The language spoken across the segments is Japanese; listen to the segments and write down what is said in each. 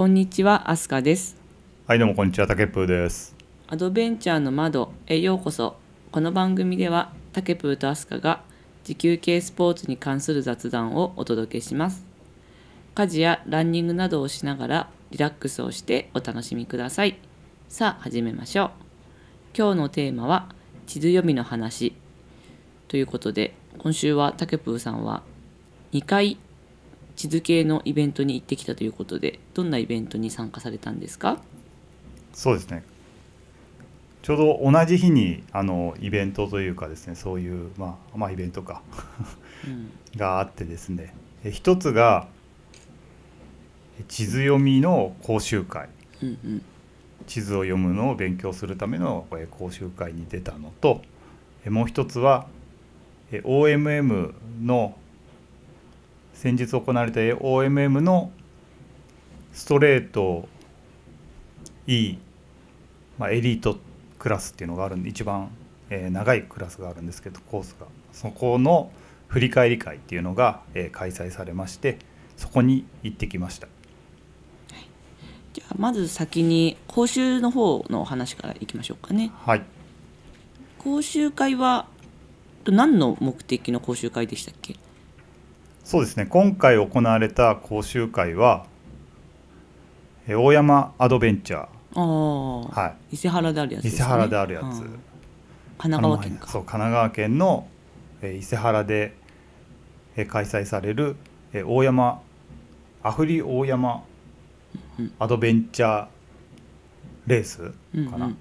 こんにちは、アスカです。 はい、どうもこんにちは、たけぷーです。 アドベンチャーの窓へようこそ。この番組では、たけぷーとアスカが持久系スポーツに関する雑談をお届けします。家事やランニングなどをしながらリラックスをしてお楽しみください。さあ、始めましょう。今日のテーマは、地図読みの話ということで、今週はたけぷーさんは2回地図系のイベントに行ってきたということで、どんなイベントに参加されたんですか？ そうですね。ちょうど同じ日にイベントというかですね、そういう、イベントかがあってですね、一つが地図読みの講習会、地図を読むのを勉強するための講習会に出たのと、もう一つは OMM の先日行われた OMM のストレート E、エリートクラスっていうのがあるんで、一番、長いクラスがあるんですけど、コースがそこの振り返り会っていうのが、開催されまして、そこに行ってきました。 じゃあまず先に講習の方のお話からいきましょうかね。 はい、 講習会は何の目的の講習会でしたっけ？ そうですね。今回行われた講習会は大山アドベンチャー、 はい、伊勢原であるやつですね。 伊勢原であるやつ、 神奈川県か。 そう、神奈川県の伊勢原で開催される大山アフリ大山アドベンチャーレースかな、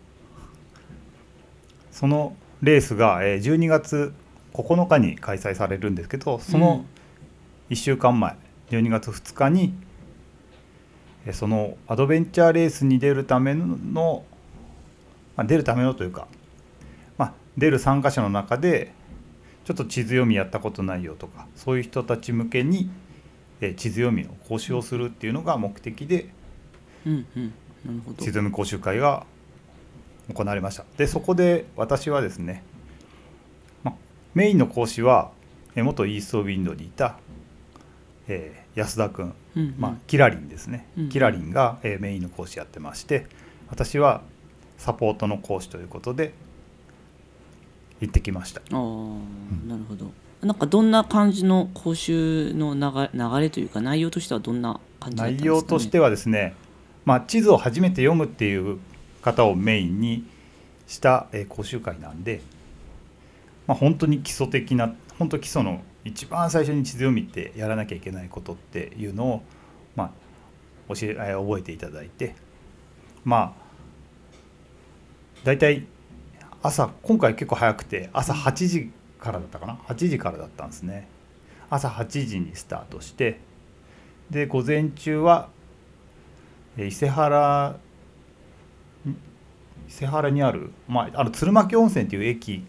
そのレースが12月9日に開催されるんですけど、その1週間前、12月2日にそのアドベンチャーレースに出るための、出るためのというか、出る参加者の中でちょっと地図読みやったことないよとか、そういう人たち向けに地図読みの講習をするっていうのが目的で、 なるほど。 地図読み講習会が行われました。でそこで私はですね、メインの講師は元イーストウィンドにいた安田君、キラリンですね、キラリンがメインの講師やってまして、私はサポートの講師ということで行ってきました。 なるほど。なんかどんな感じの講習の流れというか、内容としてはどんな感じだったんですかね？ 内容としてはですね、地図を初めて読むっていう方をメインにした講習会なんで、本当に基礎的な、本当基礎の一番最初に地図読みってやらなきゃいけないことっていうのを、覚えていただいて、だいたい今回結構早くて朝8時からだったかな、8時からだったんですね。朝8時にスタートして、で午前中は伊勢原にある、鶴巻温泉という駅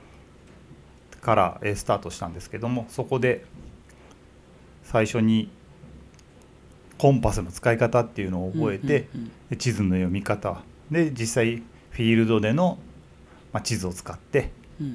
からスタートしたんですけども、そこで最初にコンパスの使い方っていうのを覚えて、地図の読み方で実際フィールドでの地図を使って、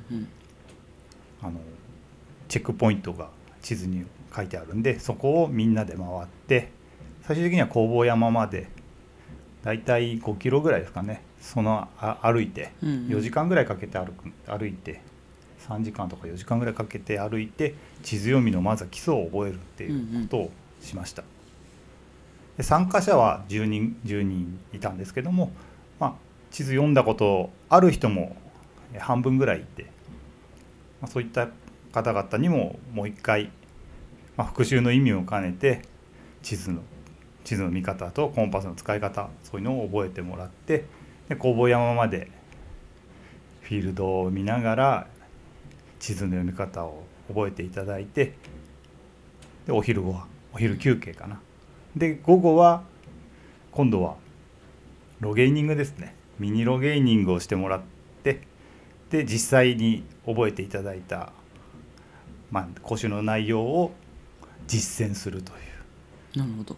チェックポイントが地図に書いてあるんで、そこをみんなで回って、最終的には弘法山までだいたい5キロぐらいですかね、歩いて4時間ぐらいかけて歩いて、3時間とか4時間ぐらいかけて歩いて、地図読みのまずは基礎を覚えるっていうことをしました。で参加者は10人いたんですけども、地図読んだことある人も半分ぐらいいて、そういった方々にももう一回、復習の意味を兼ねて地図の見方とコンパスの使い方、そういうのを覚えてもらって、で弘法山までフィールドを見ながら地図の読み方を覚えていただいて、でお昼休憩かな、で午後は今度はロゲーニングですね、ミニロゲーニングをしてもらって、で実際に覚えていただいた、講習の内容を実践するという、 なるほど、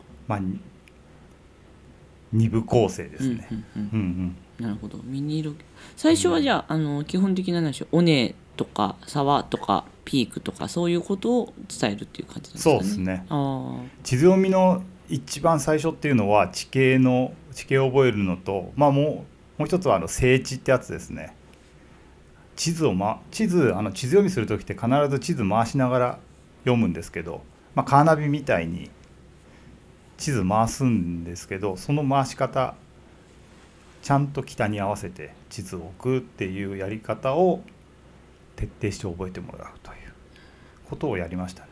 2部構成ですね。 なるほど。ミニロケ最初はじゃあ、基本的な話、尾根とか沢とかピークとかそういうことを伝えるっていう感じなんですかね。 そうですね。地図読みの一番最初っていうのは地形を覚えるのと、もう一つは整地ってやつですね。地図読みする時って必ず地図回しながら読むんですけど、カーナビみたいに地図回すんですけど、その回し方ちゃんと北に合わせて地図を置くっていうやり方を徹底して覚えてもらうということをやりましたね。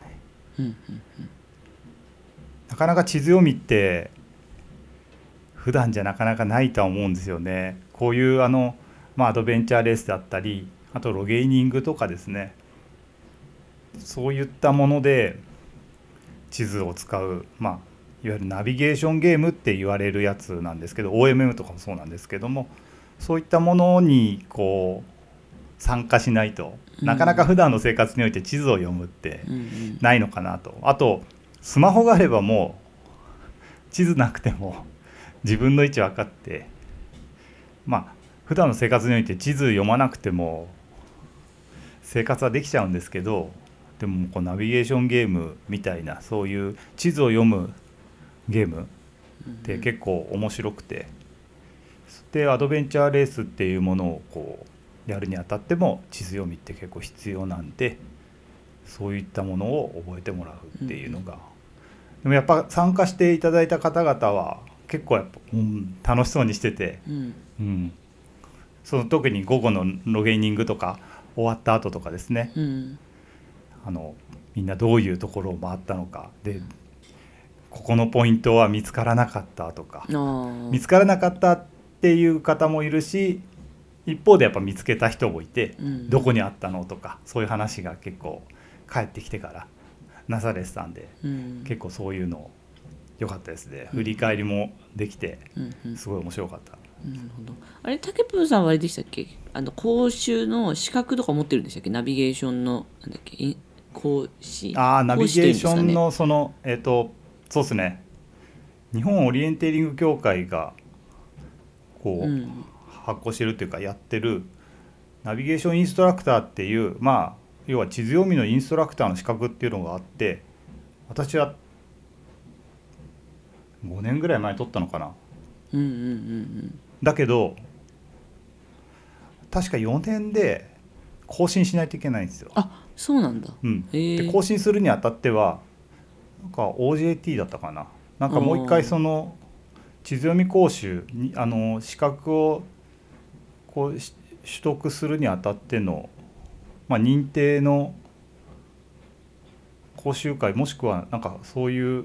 なかなか地図読みって普段じゃなかなかないとは思うんですよね。こういうアドベンチャーレースだったり、あとロゲーニングとかですね、そういったもので地図を使う、いわゆるナビゲーションゲームって言われるやつなんですけど、 OMM とかもそうなんですけども、そういったものにこう参加しないと、なかなか普段の生活において地図を読むってないのかなと。あとスマホがあればもう地図なくても自分の位置分かって、普段の生活において地図読まなくても生活はできちゃうんですけど、でもこうナビゲーションゲームみたいな、そういう地図を読むゲームって結構面白くて、でアドベンチャーレースっていうものをこうやるにあたっても地図読みって結構必要なんで、そういったものを覚えてもらうっていうのが、でもやっぱ参加していただいた方々は結構やっぱ、楽しそうにしてて、その特に午後のロゲーニングとか終わった後とかですね、みんなどういうところを回ったのかで、ここのポイントは見つからなかったとか、見つからなかったっていう方もいるし、一方でやっぱ見つけた人もいて、どこにあったのとか、そういう話が結構帰ってきてからなされてたんで、結構そういうの良かったですね。振り返りもできてすごい面白かった。 なるほど。あれ、竹プーさんはあれでしたっけ、講習の資格とか持ってるんでしたっけ、ナビゲーションのなんだっけ、講師。 ナビゲーションのそうですね、日本オリエンテーリング協会がこう、発行してるっていうかやってるナビゲーションインストラクターっていう、要は地図読みのインストラクターの資格っていうのがあって、私は5年ぐらい前取ったのかな。だけど確か4年で更新しないといけないんですよ。 そうなんだ。 で更新するにあたってはなんか OJT だったかな、なんかもう一回その地図読み講習に資格をこう取得するにあたっての、認定の講習会、もしくはなんかそういう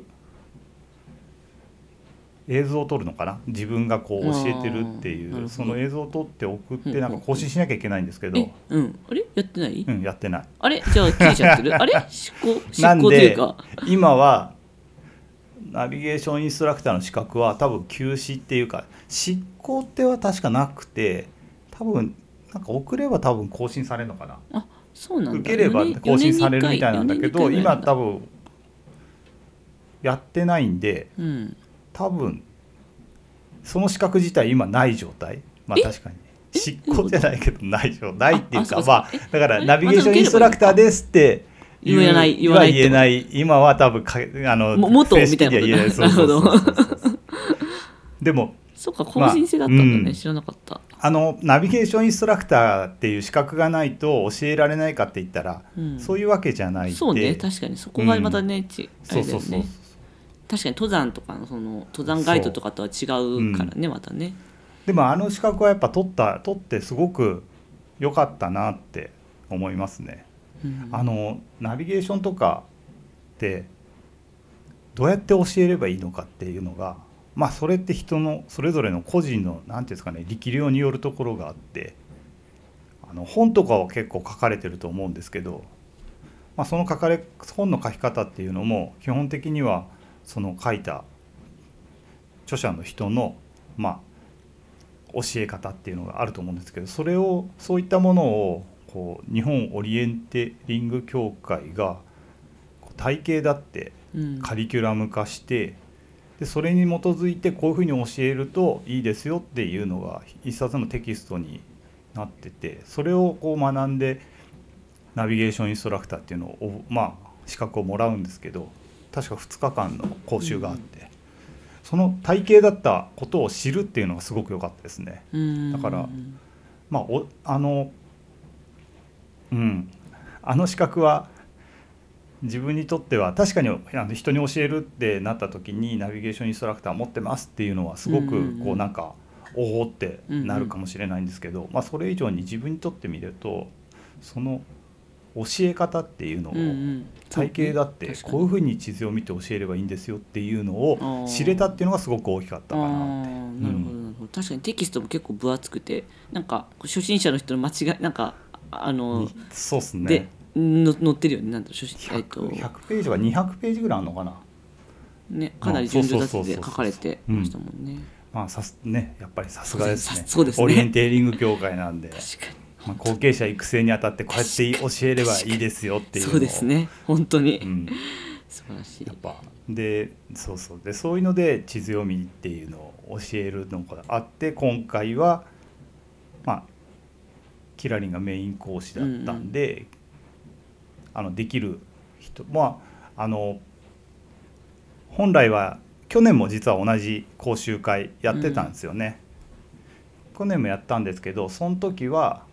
映像を撮るのかな、自分がこう教えてるっていうその映像を撮って送ってなんか更新しなきゃいけないんですけど、 あれやってない？ やってない。 あれじゃあ切れちゃってる？あれ執なん行というか、 今はナビゲーションインストラクターの資格は多分休止っていうか、執行っては確かなくて、多分なんか送れば多分更新されるのかな。 そうなんだ。 受ければ更新されるみたいなんだけど、今多分やってないんで、多分その資格自体今ない状態。確かに執行じゃないけどない状態っていうか、だからナビゲーションインストラクターですって言えない。今は多分元みたいなことね。なるほど。 でもそうか、更新制だったんだね。知らなかった。 ナビゲーションインストラクターっていう資格がないと教えられないかって言ったら、そういうわけじゃないんで。 そうね、確かにそこがまたね、あれだよね。確かに登山とかの登山ガイドとかとは違うからね、またね。 でも資格はやっぱ取ってすごく良かったなって思いますね。ナビゲーションとかってどうやって教えればいいのかっていうのが、それって人のそれぞれの個人のなんていうんですかね、力量によるところがあって、本とかは結構書かれてると思うんですけど、その本の書き方っていうのも基本的にはその書いた著者の人の教え方っていうのがあると思うんですけど、そういったものをこう日本オリエンテリング協会が体系だってカリキュラム化して、でそれに基づいてこういうふうに教えるといいですよっていうのが一冊のテキストになってて、それをこう学んでナビゲーションインストラクターっていうのを資格をもらうんですけど、確か2日間の講習があって、 その体系だったことを知るっていうのがすごく良かったですね。だからまああの資格は自分にとっては確かに人に教えるってなった時にナビゲーションインストラクター持ってますっていうのはすごくこうなんかおおってなるかもしれないんですけど、まあそれ以上に自分にとってみるとその教え方っていうのを体系だってこういうふうに地図を見て教えればいいんですよっていうのを知れたっていうのがすごく大きかったかなって。 なるほどなるほど。確かにテキストも結構分厚くてなんか初心者の人の間違いなんかそうっすね。 で載ってるよね。なんだ 100ページは200ページぐらいあるのかな。 ね、かなり順序立てで書かれてましたもんね。 まあやっぱりさすがですね。 そうですね。 オリエンテーリング協会なんで。 確かに。 まあ、後継者育成にあたってこうやって教えればいいですよっていうのをそうですね本当に、素晴らしい。 やっぱでそういうので地図読みっていうのを教えるのがあって今回はまあキラリンがメイン講師だったんで、できる人本来は去年も実は同じ講習会やってたんですよね。去年もやったんですけどその時は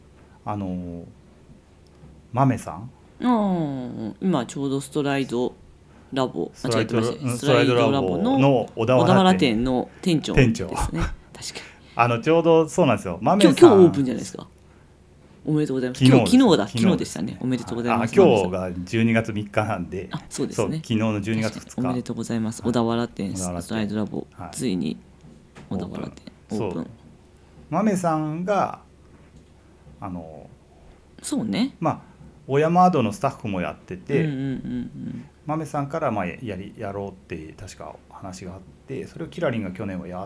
豆さん今ちょうどストライドラボストライドラボの小田原店の店長ですね。確かにちょうどそうなんですよ。豆さん今日オープンじゃないですか。おめでとうございます。昨日でしたね。おめでとうございます。 今日が12月3日なんで、 そうですね。 昨日の12月2日。 おめでとうございます。小田原店ストライドラボ、ついに小田原店オープン。 豆さんがそうね。 まあ小山アドのスタッフもやってて、豆さんからやろうって確か話があってそれをキラリンが去年はやって、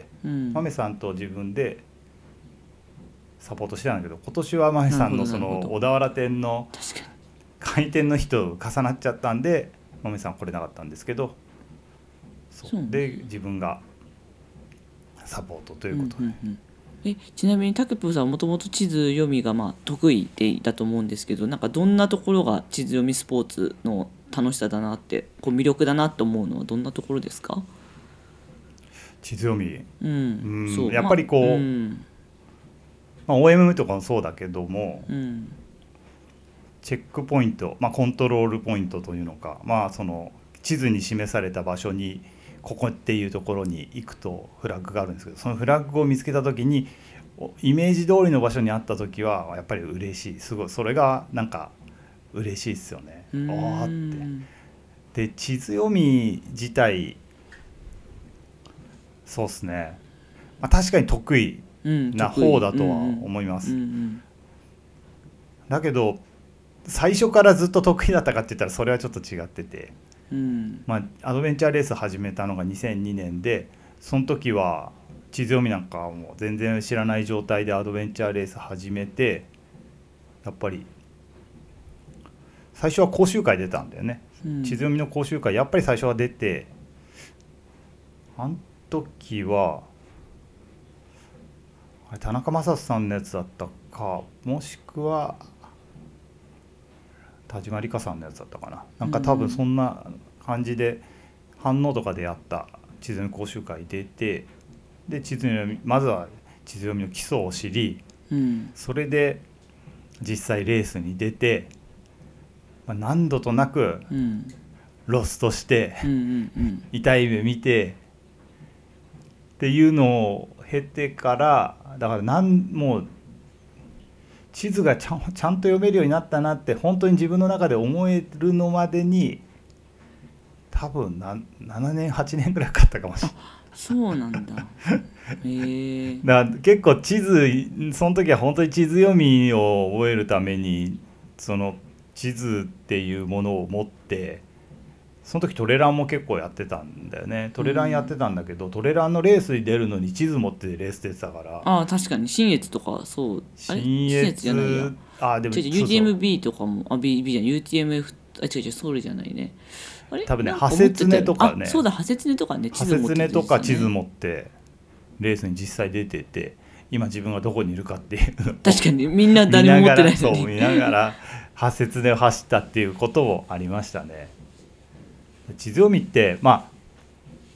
豆さんと自分でサポートしてたんだけど今年は豆さんのその小田原店の開店の日と重なっちゃったんで豆さん来れなかったんですけどで自分がサポートということで。 ちなみにタケプーさんはもともと地図読みが得意だと思うんですけどなんかどんなところが地図読みスポーツの楽しさだなってこう魅力だなと思うのはどんなところですか？ 地図読み、やっぱりこう、OMM とかもそうだけども、チェックポイント、コントロールポイントというのか、その地図に示された場所にここっていうところに行くとフラッグがあるんですけどそのフラッグを見つけた時にイメージ通りの場所にあった時はやっぱり嬉しい。すごいそれがなんか嬉しいですよね。ってで地図読み自体そうですね、確かに得意な方だとは思います。だけど最初からずっと得意だったかって言ったらそれはちょっと違ってて、アドベンチャーレース始めたのが2002年でその時は地図読みなんかも全然知らない状態でアドベンチャーレース始めてやっぱり最初は講習会出たんだよね、地図読みの講習会やっぱり最初は出てあの時は田中将人さんのやつだったかもしくは田島理香さんのやつだったかな、なんか多分そんな感じで反応とかでやった地図読み講習会出てでまずは地図読みの基礎を知り、それで実際レースに出て、何度となくロストして、痛い目見てっていうのを経てからだからもう地図がちゃんと読めるようになったなって本当に自分の中で思えるのまでに多分7年8年ぐらいかかったかもしれない。 そうなんだ。だから結構その時は本当に地図読みを覚えるためにその地図っていうものを持ってその時トレランも結構やってたんだよね。トレランやってたんだけど、トレランのレースに出るのに地図持ってレース出てたから。 確かに信越とかそう信越じゃないやでもUTMB とかもB じゃん UTMF 違うそれじゃないね。 多分ねハセツネとかねそうだハセツネとかねハセツネとか地図持ってレースに実際出てて今自分がどこにいるかっていう確かにみんな誰も持ってないのにそう見ながらハセツネを走ったっていうこともありましたね。地図読みって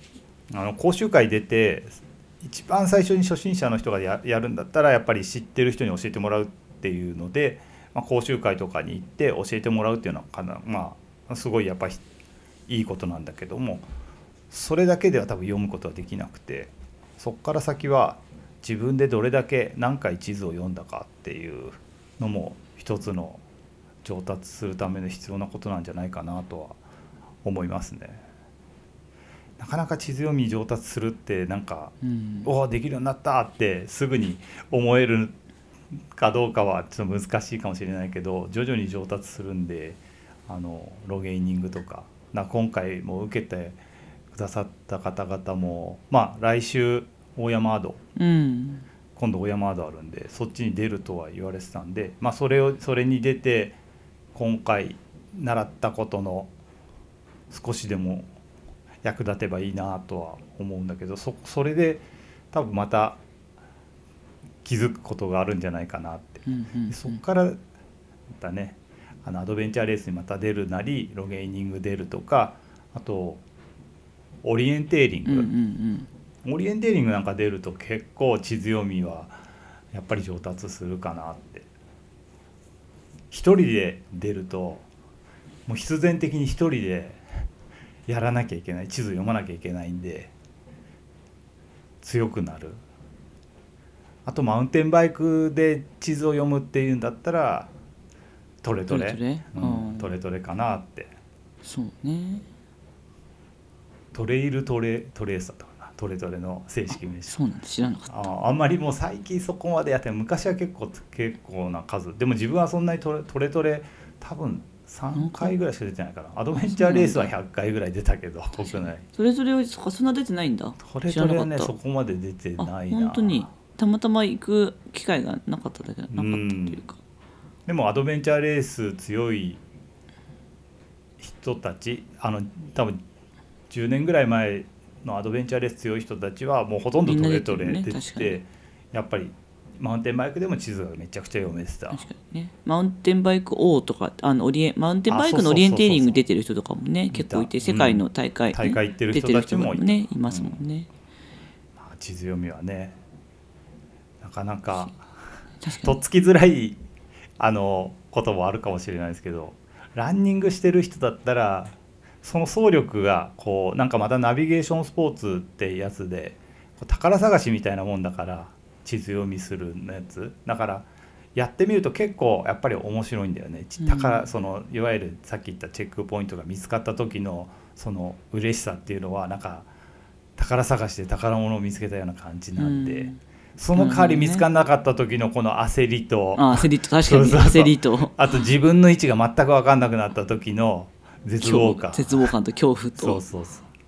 講習会出て一番最初に初心者の人がやるんだったらやっぱり知ってる人に教えてもらうっていうので、講習会とかに行って教えてもらうっていうのはすごいやっぱりいいことなんだけども、それだけでは多分読むことはできなくて、そこから先は自分でどれだけ何回地図を読んだかっていうのも一つの上達するための必要なことなんじゃないかなとは思いますね。なかなか地図読み上達するってなんか、できるようになったってすぐに思えるかどうかはちょっと難しいかもしれないけど、徐々に上達するんで、ロゲイニングとか今回も受けてくださった方々も、来週大山アド、今度大山アドあるんでそっちに出るとは言われてたんで、それに出て今回習ったことの少しでも役立てばいいなとは思うんだけど、それで多分また気づくことがあるんじゃないかなって、そこからだね、アドベンチャーレースにまた出るなりロゲイニング出るとか、あとオリエンテーリング、オリエンテーリングなんか出ると結構地図読みはやっぱり上達するかなって。一人で出るともう必然的に一人でやらなきゃいけない、地図読まなきゃいけないんで強くなる。あとマウンテンバイクで地図を読むっていうんだったらトレトレかなって。 そうね、 トレイルトレーサーとかな、トレトレの正式名称。 そうなんだ、知らなかった。 あんまりもう最近そこまでやってない。昔は結構な数でも自分はそんなにトレ多分3回ぐらいしか出てないから、アドベンチャーレースは100回ぐらい出たけど国内。 それそんな出てないんだ。 トレトレはねそこまで出てないな。 本当にたまたま行く機会がなかっただけなかったというか。 でもアドベンチャーレース強い人たち、多分10年ぐらい前のアドベンチャーレース強い人たちはもうほとんどトレトレ出て、やっぱりマウンテンバイクでも地図がめちゃくちゃ読めてた。 確かにね、マウンテンバイク王とかマウンテンバイクのオリエンテーリング出てる人とかもね結構いて、世界の大会行ってる人たちもいますもんね。 地図読みはねなかなかとっつきづらいこともあるかもしれないですけど、ランニングしてる人だったらその走力がこうなんかまたナビゲーションスポーツってやつで宝探しみたいなもんだから、地図読みするやつだからやってみると結構やっぱり面白いんだよね。そのいわゆるさっき言ったチェックポイントが見つかった時のその嬉しさっていうのはなんか宝探しで宝物を見つけたような感じなんで、その代わり見つからなかった時のこの焦りと、 確かに焦りと、 あと自分の位置が全く分かんなくなった時の絶望感と恐怖と、 そう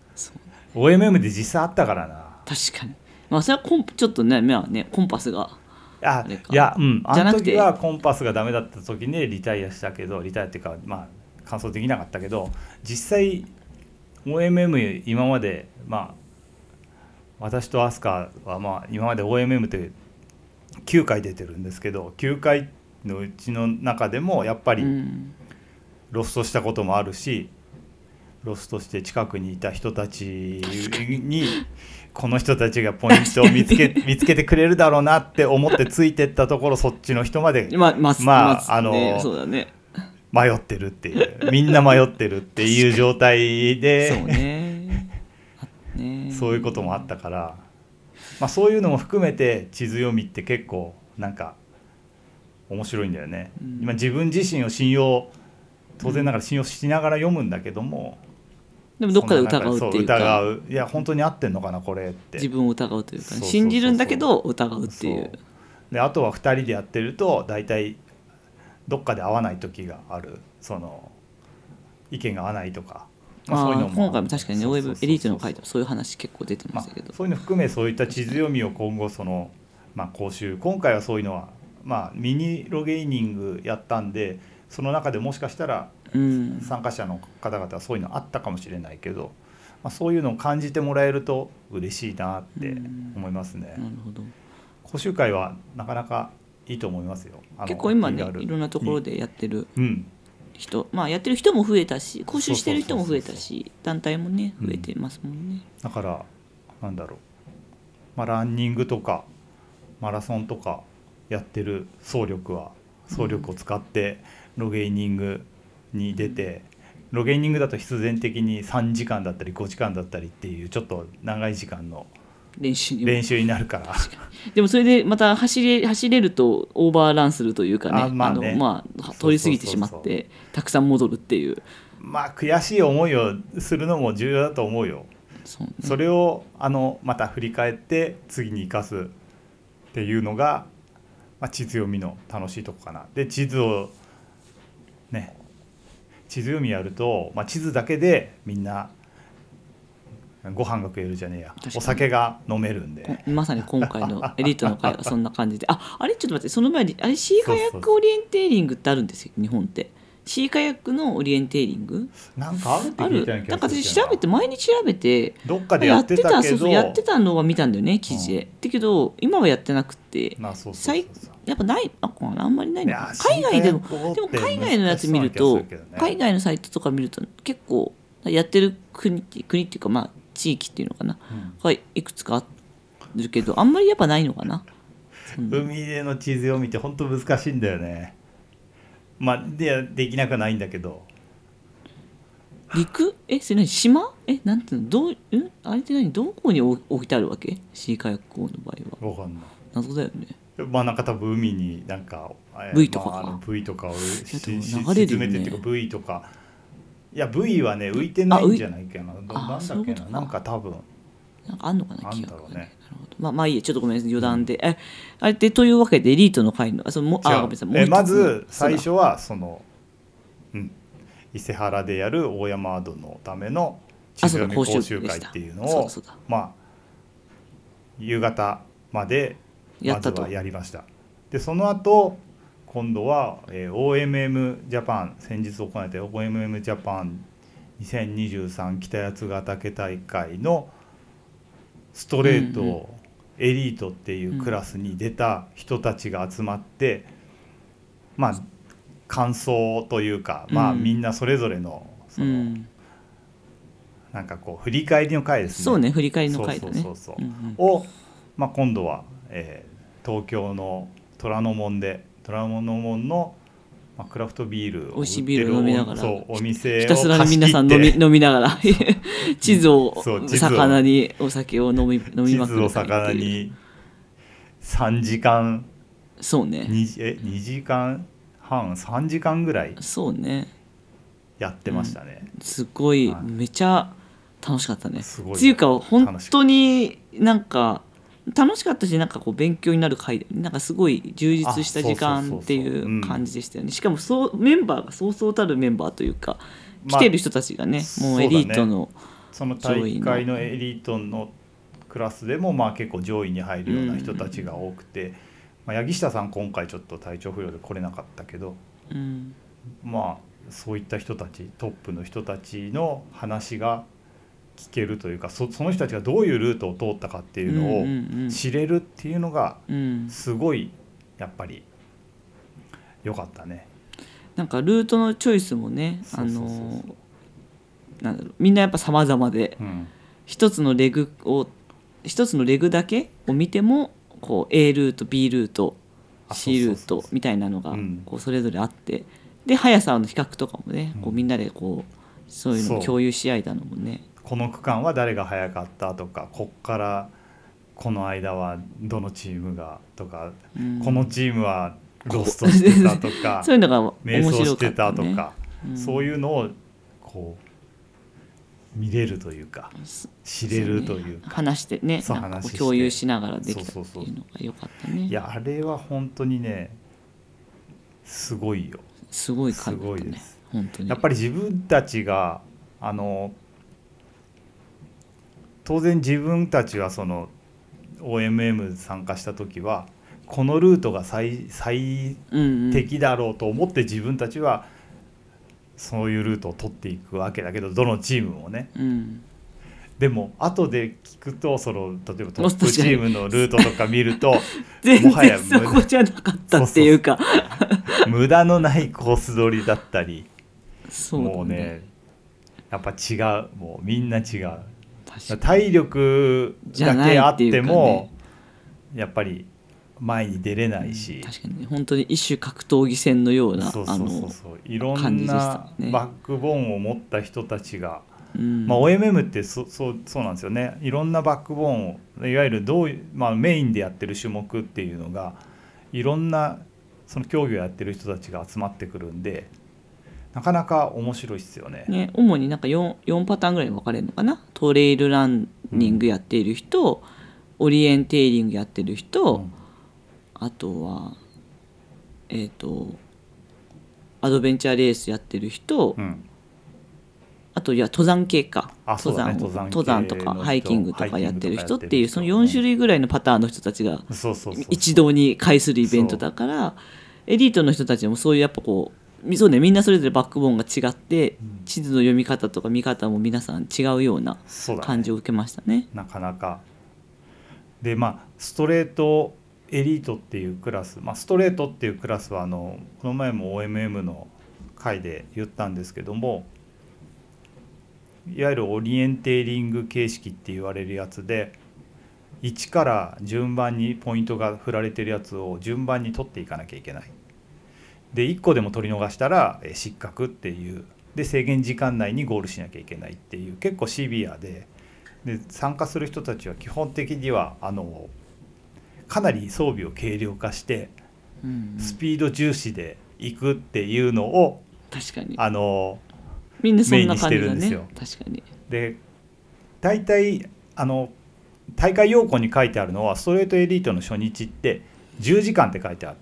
OMM で実際あったからな。 確かに、それはちょっとねコンパスがあの時はコンパスがダメだった時にリタイアしたけど、リタイアっていうか完走できなかったけど、実際 OMM 今まで私と飛鳥は今まで OMM って9回出てるんですけど、9回のうちの中でもやっぱりロストしたこともあるし、ロストして近くにいた人たちにこの人たちがポイントを見つけてくれるだろうなって思ってついてったところ、そっちの人までそうだね、 迷ってるっていう、みんな迷ってるっていう状態でそうねそういうこともあったから、そういうのも含めて地図読みって結構なんか面白いんだよね。今自分自身を当然ながら信用しながら読むんだけども、 でもどっかで疑うっていうか、 いや本当に合ってんのかなこれって、 自分を疑うというか、信じるんだけど疑うっていう。 であとは2人でやってると大体どっかで合わない時がある、その意見が合わないとか、そういうのも今回も確かにね、ウェブエリートの回でもそういう話結構出てましたけど、 そういうの含めそういった地図読みを今後講習、今回はそういうのはミニロゲイニングやったんで、その中でもしかしたら参加者の方々はそういうのあったかもしれないけど、そういうのを感じてもらえると嬉しいなって思いますね。 なるほど。 講習会はなかなかいいと思いますよ。 結構今ねいろんなところでやってる人、やってる人も増えたし、講習してる人も増えたし、団体もね増えてますもんね。 だからなんだろう、まあ、ランニングとかマラソンとかやってる走力を使ってロゲーニングに出て、ロゲーニングだと必然的に3時間だったり5時間だったりっていうちょっと長い時間の練習になるから。 でもそれでまた走れるとオーバーランするというかね、通り過ぎてしまってたくさん戻るっていう、 まあ悔しい思いをするのも重要だと思うよ。 そうね、 それをまた振り返って次に生かすっていうのが、まあ、地図読みの楽しいとこかな。で地図読みやると、まあ、地図だけでみんなご飯が食えるじゃねえや、お酒が飲めるんで、 まさに今回のエリートの会はそんな感じであれちょっと待って、その前にあれシーカヤックオリエンテーリングってあるんですよ日本って。シーカヤックのオリエンテーリングなんかあるって聞いたような気がする。 なんか私毎日調べてどっかでやってたけどやってたのは見たんだよね記事で、だけど今はやってなくて、やっぱないあんまりないのかな。海外でも海外のやつ見ると、海外のサイトとか見ると結構やってる国っていうか、まあ地域っていうのかな、がいくつかあるけどあんまりやっぱないのかな。 海での地図読みって本当難しいんだよね。まあできなくはないんだけど。 陸それ何島なんていうのあれって何どこに置いてあるわけシーカヤックの場合は。 わかんない。 謎だよね。 まあなんか多分海になんかブイとかか、 ブイとかを流れるよね。 沈めてっていうかブイとか、いやブイはね浮いてないんじゃないかな。なんだっけな、なんか多分なんかあんのかな、 あんだろうね。 なるほど。まあいいや、ちょっとごめんなさい余談で、あれでというわけでエリートの会のごめんなさい、 まず最初はその伊勢原でやる大山アドのための地図読み講習会っていうのをまあ夕方までまずはやりました。でその後今度は OMM ジャパン、先日行われた OMM ジャパン2023北八ヶ岳大会のストレートエリートっていうクラスに出た人たちが集まって、まあ感想というか、まあみんなそれぞれのそのなんかこう振り返りの会ですね。 そうね、振り返りの会だね。 をまあ今度は東京の虎ノ門のクラフトビール美味しいビール飲みながら、 お店をひたすらに皆さん飲みながら地図を魚にお酒を飲みまくる。 地図を魚に3時間、 そうね、 2時間半3時間ぐらいそうねやってましたね。 すごい、めちゃ楽しかったね。っていうか本当になんか楽しかったし、なんかこう勉強になる回で、なんかすごい充実した時間っていう感じでしたよね。しかもメンバーがそうそうたるメンバーというか、来てる人たちがね、もうエリートのその大会のエリートのクラスでもまあ結構上位に入るような人たちが多くて、八木下さん今回ちょっと体調不良で来れなかったけど、まあそういった人たち、トップの人たちの話が聞けるというか、その人たちがどういうルートを通ったかっていうのを知れるっていうのがすごいやっぱり良かったね。 なんかルートのチョイスもね、なんだろう、みんなやっぱ様々で、一つのレグだけを見てもこう A ルート B ルート C ルートみたいなのがこうそれぞれあって、で速さの比較とかもね、こうみんなでこうそういうのを共有し合えたのもね、 この区間は誰が速かったとか、こっからこの間はどのチームがとか、このチームはロストしてたとかそういうのが面迷走白してかったね。 たとか、そういうのをこう見れるというか知れるというか、 話してね、なんかこう共有しながらできたっていうのが良かったね。 いやあれは本当にねすごいよ。 すごい回だったね。 すごいです。 本当に。 やっぱり自分たちが当然自分たちはその OMM 参加した時はこのルートが最適だろうと思って自分たちはそういうルートを取っていくわけだけど、どのチームもね、でも後で聞くと例えばトップチームのルートとか見ると全然そこじゃなかったっていうか無駄のないコース取りだったり、 そうだね、 もうねやっぱ違う、もうみんな違う。 体力だけあっても、 ね、 やっぱり前に出れないし、 確かに、ね、本当に一種格闘技戦のようないろんなバックボーンを持った人たちが、OMM ってそうなんですよね。いろんなバックボーンをいわゆるメインでやってる種目っていうのがいろんなその競技をやってる人たちが集まってくるんで、なかなか面白いですよね。 主になんか 4パターンぐらいに分かれるのかな。トレイルランニングやっている人、オリエンテーリングやってる人、あとはアドベンチャーレースやってる人、あと登山系か、登山とかハイキングとかやってる人っていう、その4種類ぐらいのパターンの人たちが一堂に会するイベントだから、エリートの人たちもそういうやっぱこうそうね、みんなそれぞれバックボーンが違って、地図の読み方とか見方も皆さん違うような感じを受けましたね。 なかなかで、ストレートエリートっていうクラス、ストレートっていうクラスはこの前も OMM の回で言ったんですけども、いわゆるオリエンテーリング形式って言われるやつで、1から順番にポイントが振られてるやつを順番に取っていかなきゃいけない。で1個でも取り逃したら失格っていう、で制限時間内にゴールしなきゃいけないっていう、結構シビアで、参加する人たちは基本的にはかなり装備を軽量化して、スピード重視で行くっていうのを確かにみんなそんな感じだね。確かに。 で大体大会要項に書いてあるのは、ストレートエリートの初日って10時間って書いてあって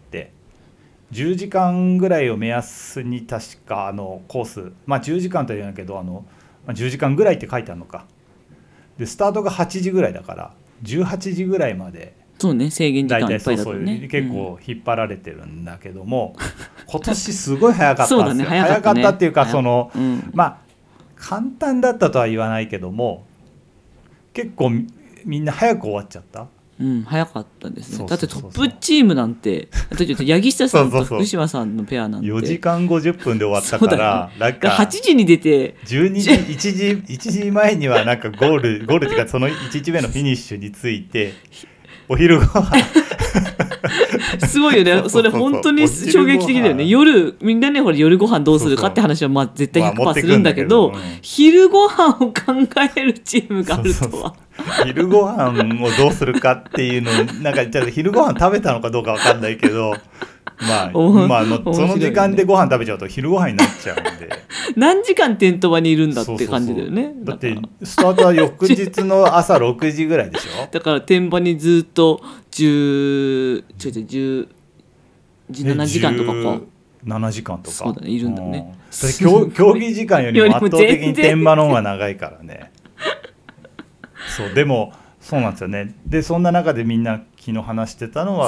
、10時間ぐらいを目安に確かコース、10時間とは言わないけど10時間ぐらいって書いてあるのか。でスタートが8時ぐらいだから18時ぐらいまで、 そうね、制限時間いっぱいだとね、 結構引っ張られてるんだけども、今年すごい早かったんですよ。早かったっていうか、簡単だったとは言わないけども、結構みんな早く終わっちゃった。 早かったですね。だってトップチームなんて、八木下さんと福島さんのペアなんて 4時間50分で終わったから、 なんか8時に出て 12時1時前にはなんかゴールっていうか、その1日目のフィニッシュについてお昼ご飯すごいよね。それ本当に衝撃的だよね。夜みんなね、ほら夜ご飯どうするかって話は絶対 100% するんだけど、昼ご飯を考えるチームがあるとは。 昼ご飯をどうするかっていうのをなんかじゃあ昼ご飯食べたのかどうか分かんないけど、その時間でご飯食べちゃうと昼ご飯になっちゃうんで何時間テント場にいるんだって感じだよね。 だってスタートは翌日の朝6時ぐらいでしょだからテン場にずっと17時間とかか。 7時間とか。 そうだね、いるんだね。 競技時間よりも圧倒的に天場の方が長いからねでもそうなんですよね。でそんな中でみんな昨日話してたのは、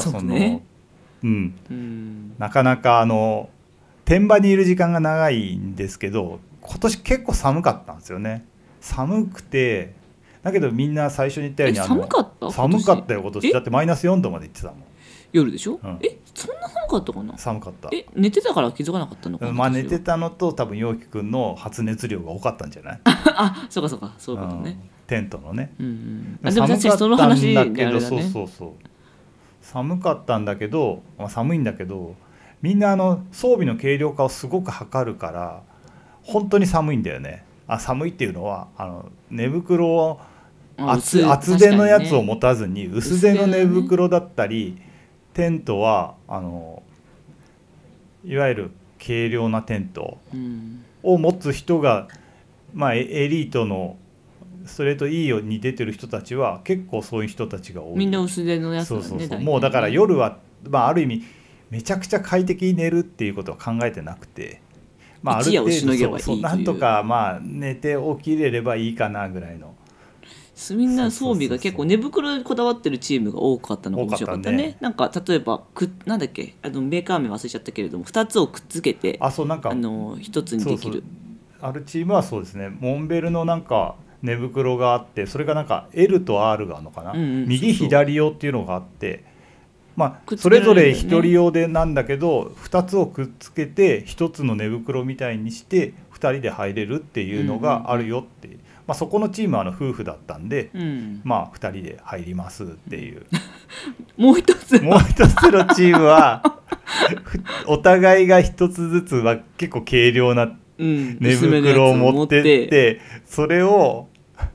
なかなか天場にいる時間が長いんですけど、今年結構寒かったんですよね。寒くて、だけどみんな最初に言ったように寒かったよ今年。だってマイナス4度まで行ってたもん。 夜でしょ、そんな寒かったかな。 寒かった。 寝てたから気づかなかったのかな。 寝てたのと、多分陽気くんの発熱量が多かったんじゃない？ そうかそういうことね。 テントのね。 でも確かにその話であれだね。 寒かったんだけど、寒いんだけど、みんな装備の軽量化をすごく図るから本当に寒いんだよね。寒いっていうのは寝袋を厚手のやつを持たずに薄手の寝袋だったり、テントはいわゆる軽量なテントを持つ人が、エリートのストレート E に出てる人たちは結構そういう人たちが多い。 みんな薄手のやつだね。 もうだから夜は、ある意味めちゃくちゃ快適に寝るっていうことは考えてなくて、ある程度なんとか寝て起きれればいいかなぐらいの。 みんな装備が結構寝袋にこだわってるチームが多かったのが面白かったね。なんか例えばなんだっけ、メーカー名忘れちゃったけれども、2つをくっつけて1つにできる。 あるチームはそうですね、モンベルのなんか寝袋があって、それがなんか L と R があるのかな、右左用っていうのがあって、それぞれ1人用でなんだけど、2つをくっつけて1つの寝袋みたいにして2人で入れるっていうのがあるよって、 まあ、そこのチームは夫婦だったんで、 うん、 まあ2人で入りますっていうもう一つもう一つのチームはお互いが一つずつは結構軽量な寝袋を持ってってそれを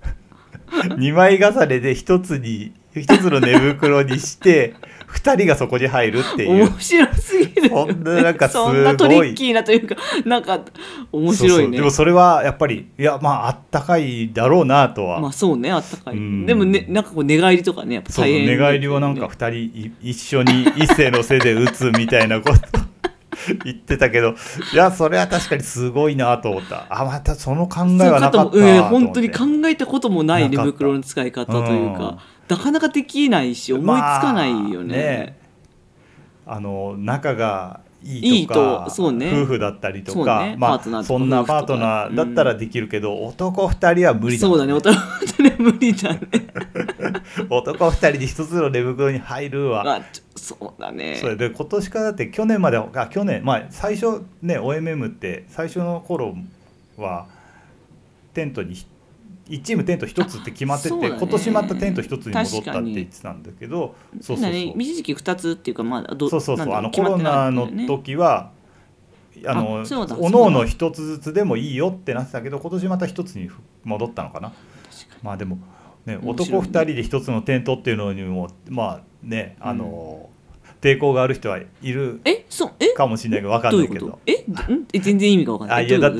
2枚重ねで一つの寝袋にして2人がそこに入るっていう面白すぎるそんななんかすごいそんなトリッキーなというかなんか面白いね。 そうそうでもそれはやっぱりいやまああったかいだろうなとは、 まあそうねあったかい、 うん、 でもねなんかこう寝返りとかねやっぱ大変、 そう寝返りをなんか2人一緒に一斉の背で打つみたいなこと言ってたけどいやそれは確かにすごいなと思った。またその考えはなかったなと思って、 本当に考えたこともない寝袋の使い方というか、なかなかできないし思いつかないよね。 仲がいいとかそうね、 夫婦だったりとか、 ねまあ、そんなパートナーだったらできるけど、男2人は無理だ、ね、 そうだね男2人は無理だね男2人で一つの寝袋に入るわ。 そうだね。 それで今年からだって去年までまあ最初ね OMM って最初の頃はテントに1チームテント1つって決まってて、ね、今年またテント1つに戻ったって言ってたんだけど、 そう一時期2つっていうかまあそうコロナの時はおのおの1つずつでもいいよってなってたけど今年また1つに戻ったのかな。まあでもね、男2人で1つのテントっていうのにもまあね抵抗がある人はいるかもしれないけど分かんないけど全然意味が分かんない。 いやだって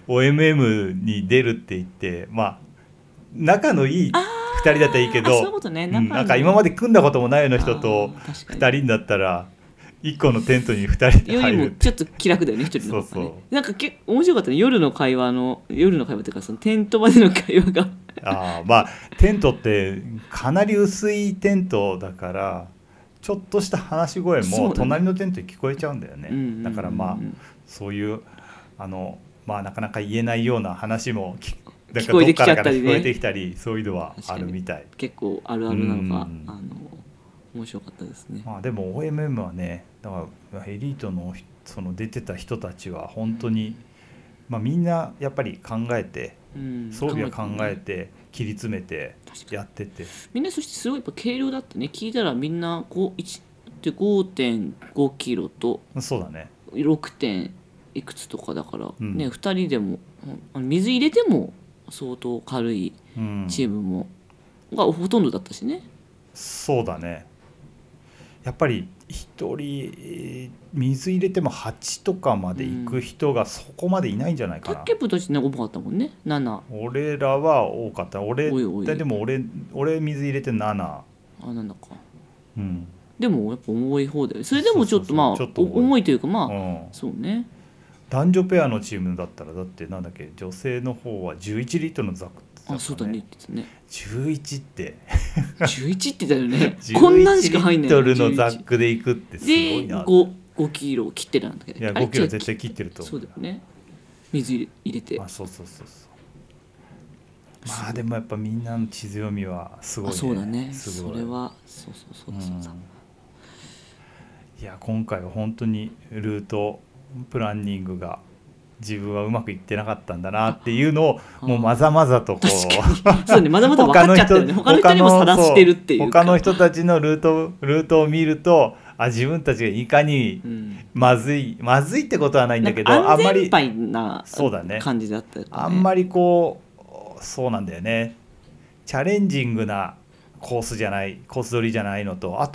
OMM に出るって言ってまあ仲のいい2人だったらいいけどなんか今まで組んだこともないような人と2人だったら1個のテントに2人で入るよりもちょっと気楽だよね1人の方がね。なんか面白かったね夜の会話っていうかそのテント場での会話がまあテントってかなり薄いテントだからちょっとした話し声も隣のテントに聞こえちゃうんだよね。だからまあそういうまあなかなか言えないような話も聞こえてきちゃったりね、 聞こえてきたりそういうのはあるみたい。 結構あるあるなのか、面白かったですね。 まあでも OMM はねだからエリートのその出てた人たちは本当に、まあ、みんなやっぱり考えて、装備は考えて切り詰めてやってて、 みんなそしてすごいやっぱ軽量だってね。聞いたらみんな5.5 キロとそうだね 6. 点いくつとかだからね、2人でも水入れても相当軽いチームも、がほとんどだったしね。 そうだね。やっぱり1人水入れても8とかまで行く人がそこまでいないんじゃないかな。 タッケプとして多かったもんね。7。 俺らは多かった。でも俺水入れて7。 なんだか。でもやっぱ重い方だよね。それでもちょっとまあ重いというかまあ、そうね。 男女ペアのチームだったらだってなんだっけ女性の方は11リットルのザックって言ってたね。 そうだね。 11って 11ってだよね。こんなんしか入んない。 11リットルのザックでいくってすごいな。 で5キロ切ってるんだけど。 いや5キロ絶対切ってると思う。 そうだよね。水入れて。 そう。まあでもやっぱみんなの血強みはすごいね。 そうだね。それはそうだ。 いや今回は本当にルートプランニングが自分はうまくいってなかったんだなっていうのをもうまざまざとこうそうねまだまだ分かっちゃったよね。他の人にもさらしてるっていうか他の人たちのルートを見ると自分たちがいかにまずいってことはないんだけどあんまり安全牌な感じだったよね。 あんまりこうそうなんだよね。チャレンジングなコース取りじゃないのと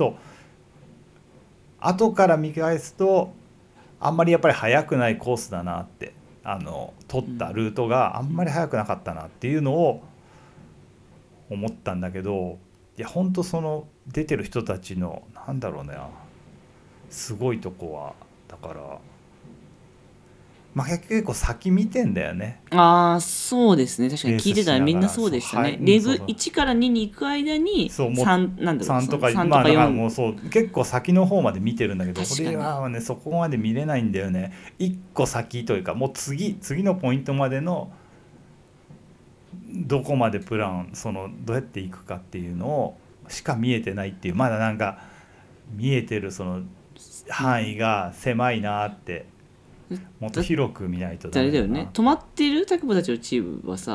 後から見返すとあんまりやっぱり速くないコースだなって取ったルートがあんまり速くなかったなっていうのを思ったんだけど、いや本当その出てる人たちのなんだろうねすごいとこはだからまあ結構先見てんだよね。 そうですね。確かに聞いてたらみんなそうでしたね。レグ1から2に行く間に3とか4 もうそう結構先の方まで見てるんだけど俺はねそこまで見れないんだよね。1個先というかもう次のポイントまでのどこまでプランどうやっていくかっていうのをしか見えてないっていうまだなんか見えてるその範囲が狭いなって。もっと広く見ないとダメだな。 あれだよね。止まってるタクボたちのチームはさ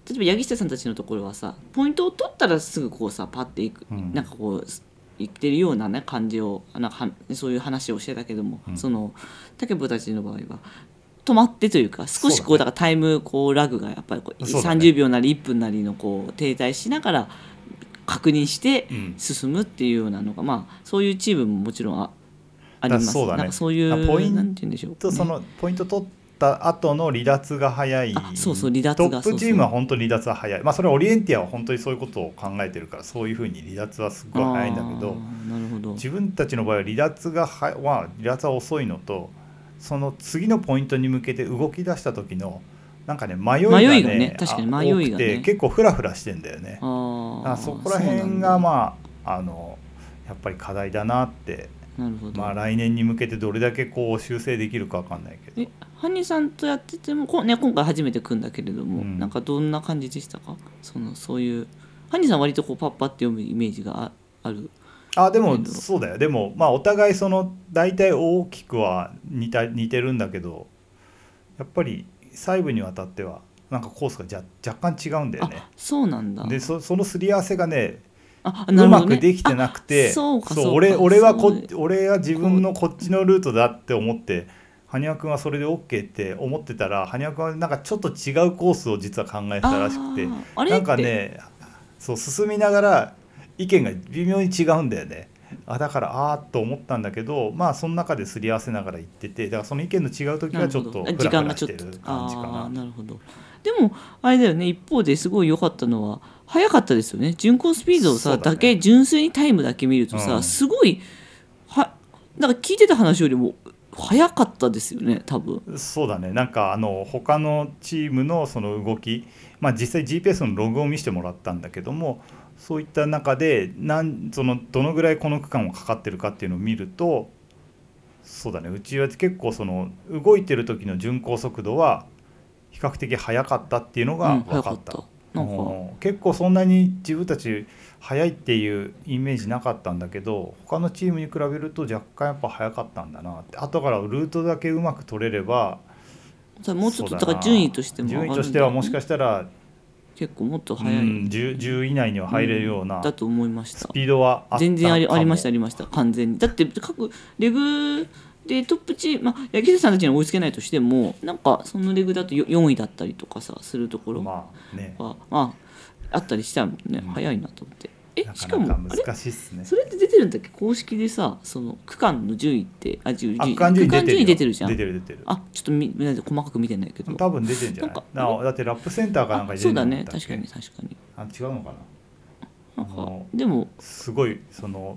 例えば柳下さんたちのところはさポイントを取ったらすぐこうさパッていく、 うんなんかこう言ってるようなね感じをなんかそういう話をしてたけども、その竹部たちの場合は止まってというか少しこうだからタイムこうラグがやっぱりこう30秒なり1分なりのこう停滞しながら確認して進むっていうようなのが、まあそういうチームももちろんあります。 そうだね、 なんかそういうポイント、 なんて言うんでしょう、ね、 そのポイント取った後の離脱が早い。 そうそう離脱がトップチームは本当に離脱は早い。まあそれはオリエンティアは本当にそういうことを考えてるからそういうふうに離脱はすごい早いんだけど、 なるほど、 自分たちの場合は離脱は遅いのと、その次のポイントに向けて動き出した時のなんかね迷いがね確かに迷いがね多くて結構フラフラしてんだよね。そこら辺がまあやっぱり課題だなって。 なるほど。 まあ来年に向けてどれだけこう修正できるか分かんないけど。 ハニさんとやってても今回初めて組んだけれども、なんかどんな感じでしたか？そういうハニさん割とこうパッパって読むイメージがある。 でもそうだよ。でもまあお互いその大体大きくは似てるんだけど、やっぱり細部にわたってはなんかコースが若干違うんだよね。 そうなんだ。 でそのすり合わせがねなるほどね、 うまくできてなくて、俺は自分のこっちのルートだって思って羽生君はそれで OK って思ってたら、羽生君はなんかちょっと違うコースを実は考えてたらしくて、なんかねそう進みながら意見が微妙に違うんだよね。だからと思ったんだけど、まあその中ですり合わせながら行ってて、だからその意見の違う時はちょっとフラフラしてる感じかな。 なるほど。でもあれだよね、一方ですごい良かったのは速かったですよね。巡航スピードをさ、だけ純粋にタイムだけ見るとさ、すごいなんか聞いてた話よりも速かったですよね、多分。 そうだね。なんか他のチームのその動き、まあ実際 GPS のログを見せてもらったんだけども、そういった中でどのぐらいこの区間をかかってるかっていうのを見ると、そうだね、うちは結構その動いてる時の巡航速度は比較的速かったっていうのが分かった。結構そんなに自分たち速いっていうイメージなかったんだけど、他のチームに比べると若干やっぱ速かったんだなって。後からルートだけうまく取れれば、 もうちょっとだから順位としてはもしかしたら結構もっと速い、 10以内には入れるようなだと思いました。 スピードはあったかも。 全然ありました完全に。だって各レグでトップチーム、柳下さんたちには追いつけないとしても、なんかそのレグだと4位だったりとかさするところは、あったりしたもんね。早いなと思って。しかも難しいっすね。 それって出てるんだっけ、公式でさ、その区間の順位って区間順位出てるじゃん。 出てる。 ちょっと細かく見てないけど、 多分出てるんじゃない。だってラップセンターかなんかに出てるんだっけ。そうだね、確かに違うのかな。 でもすごい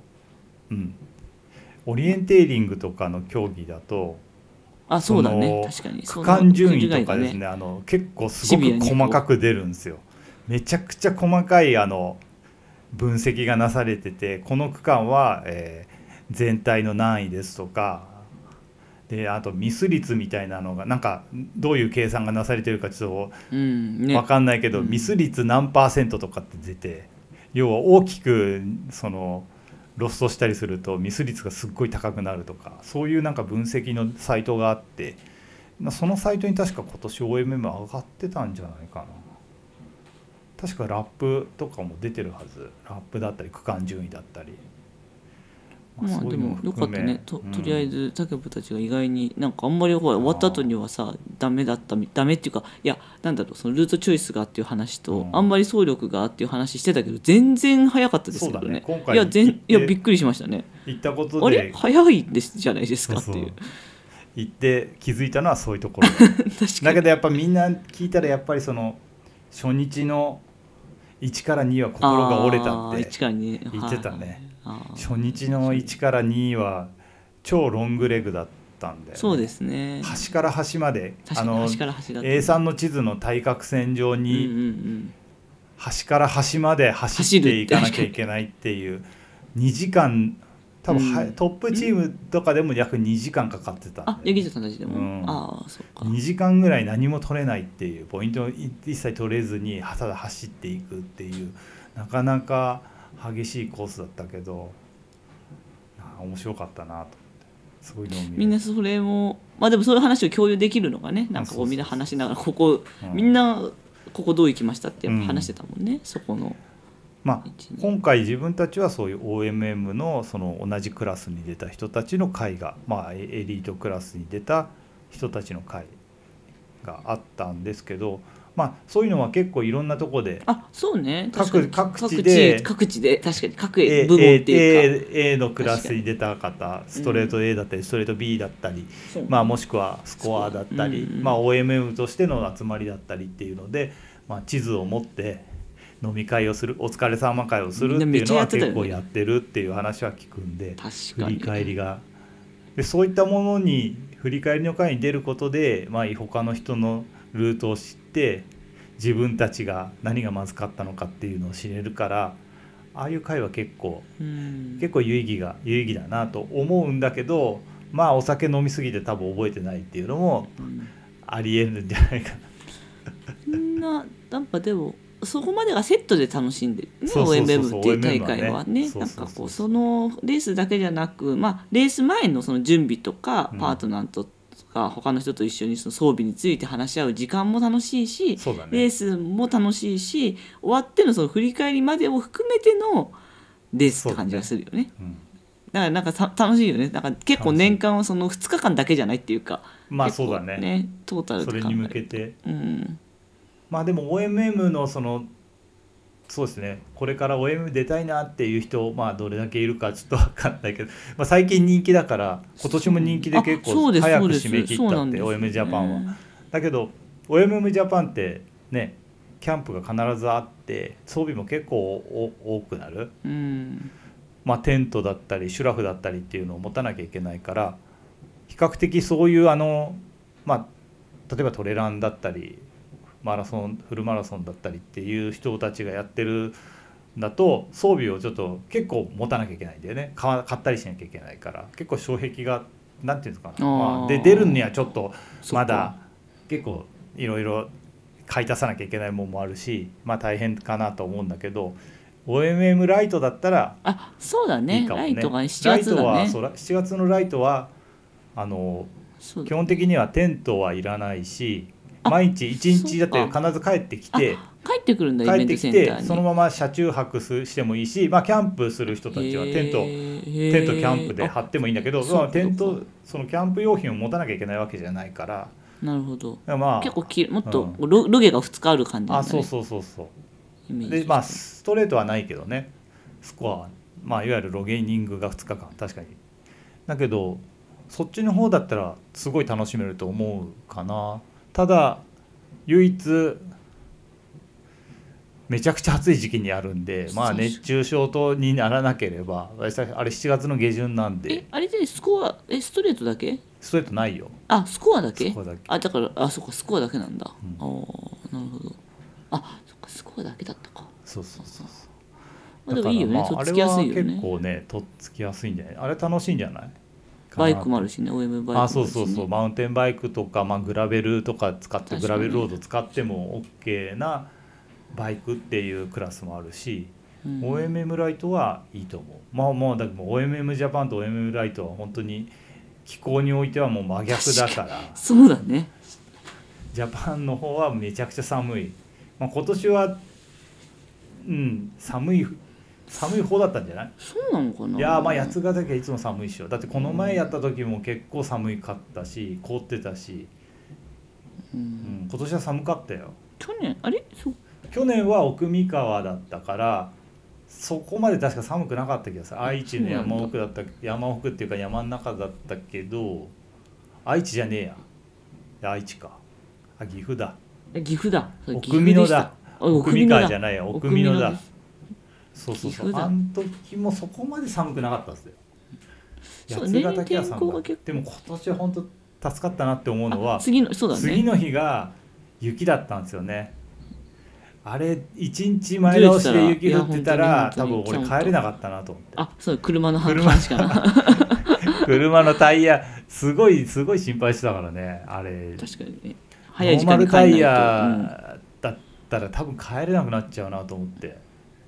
オリエンテーリングとかの競技だと、 そうだね、確かに区間順位とかですね、結構すごく細かく出るんですよ。めちゃくちゃ細かい分析がなされてて、この区間は、全体の何位ですとかで、あとミス率みたいなのがなんかどういう計算がなされてるかちょっと分かんないけど、ミス率何%とかって出て、要は大きくロストしたりするとミス率がすっごい高くなるとか、そういうなんか分析のサイトがあって、そのサイトに確か今年 OMM 上がってたんじゃないかな。確かラップとかも出てるはず。ラップだったり区間順位だったり、 でもよかったね。とりあえず竹部たちが意外になんかあんまり終わった後にはさダメっていうか、いやなんだろう、そのルートチョイスがっていう話と、あんまり走力がっていう話してたけど全然早かったですけどね。今回いやびっくりしましたね。 行ったことであれ早いですじゃないですかっていう。 行って気づいたのはそういうところだけどやっぱみんな聞いたらやっぱりその初日の1から2は心が折れたって言ってたね。初日の1から2は超ロングレグだったんで、 そうですね、 端から端までA3 の地図の対角線上に端から端まで走っていかなきゃいけないっていう2時間、多分トップチームとかでも約2時間かかってたんで、 柳下さんたちでも、そうか、 2時間ぐらい何も取れないっていう、ポイントを一切取れずにただ走っていくっていう、なかなか激しいコースだったけど面白かったなと思って、そういうのを見る。 みんなそれもでもそういう話を共有できるのがね、なんかこうみんな話しながらみんなここどう行きましたってやっぱ話してたもんね、そこのまあ、今回自分たちはそういう OMM のその同じクラスに出た人たちの会が、まあ、エリートクラスに出た人たちの会があったんですけど、まあ、そういうのは結構いろんなとこでそうね、 各地で確かに各部門っていうか A のクラスに出た方、ストレート A だったりストレート B だったり、まあ、もしくはスコアだったり、まあ、OMM としての集まりだったりっていうので、まあ、地図を持って飲み会をする、お疲れ様会をするっていうのは結構やってるっていう話は聞くんで、振り返りがで、そういったものに振り返りの会に出ることで、まあ、他の人のルートを知って自分たちが何がまずかったのかっていうのを知れるから、ああいう会は結構有意義だなと思うんだけど、まあお酒飲みすぎて多分覚えてないっていうのもありえるんじゃないかな。 なんかでもそこまでがセットで楽しんでるね、OMM っていう大会はね。なんかこうそのレースだけじゃなく、まあ、レース前のその準備とか、パートナーとか他の人と一緒にその装備について話し合う時間も楽しいし、レースも楽しいし、終わってのその振り返りまでを含めてのレースって感じがするよね。だからなんか楽しいよね。なんか結構年間はその2日間だけじゃないっていうか、 まあそうだね、 トータルで考えるとそれに向けて、まあでも OMM のそうですね、これから OMM 出たいなっていう人、まあどれだけいるかちょっと分かんないけど、まあ、最近人気だから今年も人気で結構早く締め切ったって OMM ジャパンは。だけど OMM ジャパンってね、キャンプが必ずあって装備も結構多くなる、まあ、テントだったりシュラフだったりっていうのを持たなきゃいけないから、比較的そういうまあ例えばトレランだったりフルマラソンだったりっていう人たちがやってるんだと、装備をちょっと結構持たなきゃいけないんだよね。買ったりしなきゃいけないから、結構障壁がなんていうんですかな、まあ、で出るにはちょっとまだ結構いろいろ買い足さなきゃいけないものもあるし、まあ大変かなと思うんだけど、 OMM ライトだったらそうだね、ライトが7月だね。 7月のライトは基本的にはテントはいらないし、毎日1日だって必ず帰ってきて、 帰ってくるんだ、イベントセンターに。 そのまま車中泊してもいいし、まあ、キャンプする人たちはテントキャンプで張ってもいいんだけど、そのキャンプ用品を持たなきゃいけないわけじゃないから。 なるほど、 まあ、 結構もっとロゲが2日ある感じなんだね。 そうで、まあストレートはないけどね、スコアは、まあ、いわゆるロゲーニングが2日間確かに。だけどそっちの方だったらすごい楽しめると思うかな。ただ唯一めちゃくちゃ暑い時期にあるんで、まあ熱中症にならなければ、あれ7月の下旬なんで。 あれでスコアストレートだけ？ ストレートないよ。 スコアだけ？だからそっか、スコアだけなんだ。なるほど。そっか、スコアだけだったか。 そうでもいいよね、とっつきやすいよね。 あれは結構ね、とっつきやすいんじゃない？あれ楽しいんじゃない？ バイクもあるしね、OM バイクもあるしね。 そうマウンテンバイクとか、まあ、グラベルとか使ってグラベルロード使っても OK なバイクっていうクラスもあるし、OMM ライトはいいと思う。まあだけど OMM ジャパンと OMM ライトは本当に気候においてはもう真逆だから。 そうだね。 ジャパンの方はめちゃくちゃ寒い。まあ、今年は寒い方だったんじゃない？ そうなのかな。 いや、まあ八ヶ岳はいつも寒いっしょ。だってこの前やった時も結構寒かったし凍ってたし、今年は寒かったよ。去年は奥三河だったからそこまで確か寒くなかった気がする。愛知の山奥っていうか山の中だったけど、愛知じゃねえや、愛知か、岐阜だ、奥美濃だ、奥三河じゃないや、奥美濃だ。そうあの時もそこまで寒くなかったんですよ。八ヶ岳は寒かった。でも今年は本当助かったなって思うのは、次の日が雪だったんですよね。あれ1日前倒しで雪降ってたら多分俺帰れなかったなと思って。 そう車の話かな。 車のタイヤすごい心配してたからね。あれ確かにね、 早い時間に帰らないと。ノーマルタイヤだったら多分帰れなくなっちゃうなと思って、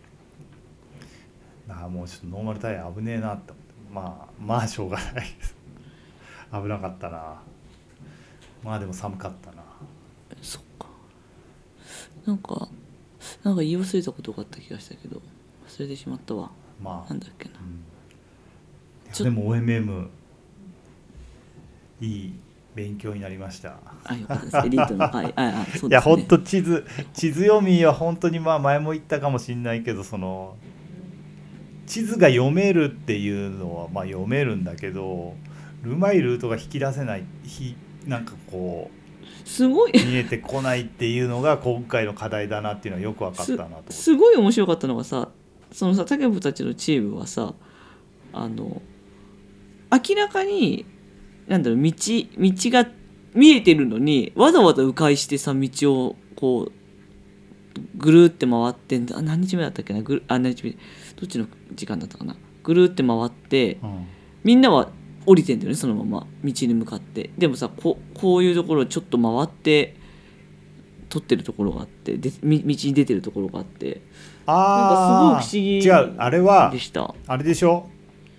もうちょっとノーマルタイヤ危ねえなって思って、まあしょうがないです危なかったな。まあでも寒かったな。 そっか。 なんかなんか言い忘れたことがあった気がしたけど忘れてしまったわ。 まあ、 なんだっけな。 でも OMM いい勉強になりました。 あ、よかったです。エリートの、はい、そうですね。 いや本当地図読みは本当にまあ前も言ったかもしれないけど、その地図が読めるっていうのはまあ読めるんだけど、うまいルートが引き出せない、なんかこすごい見えてこないっていうのが今回の課題だなっていうのはよく分かったなと思って。 すごい面白かったのがさ、そのさタケプたちのチームはさ、明らかになんだろう、道が見えてるのにわざわざ迂回してさ、道をこうぐるって回って何日目だったっけな、何日目、どっちの時間だったかな、ぐるって回って、みんなは降りてんだよね、そのまま道に向かって。でもさ、こういうところをちょっと回って撮ってるところがあって、道に出てるところがあって、なんかすごい不思議でした。 違う、あれはあれでしょ、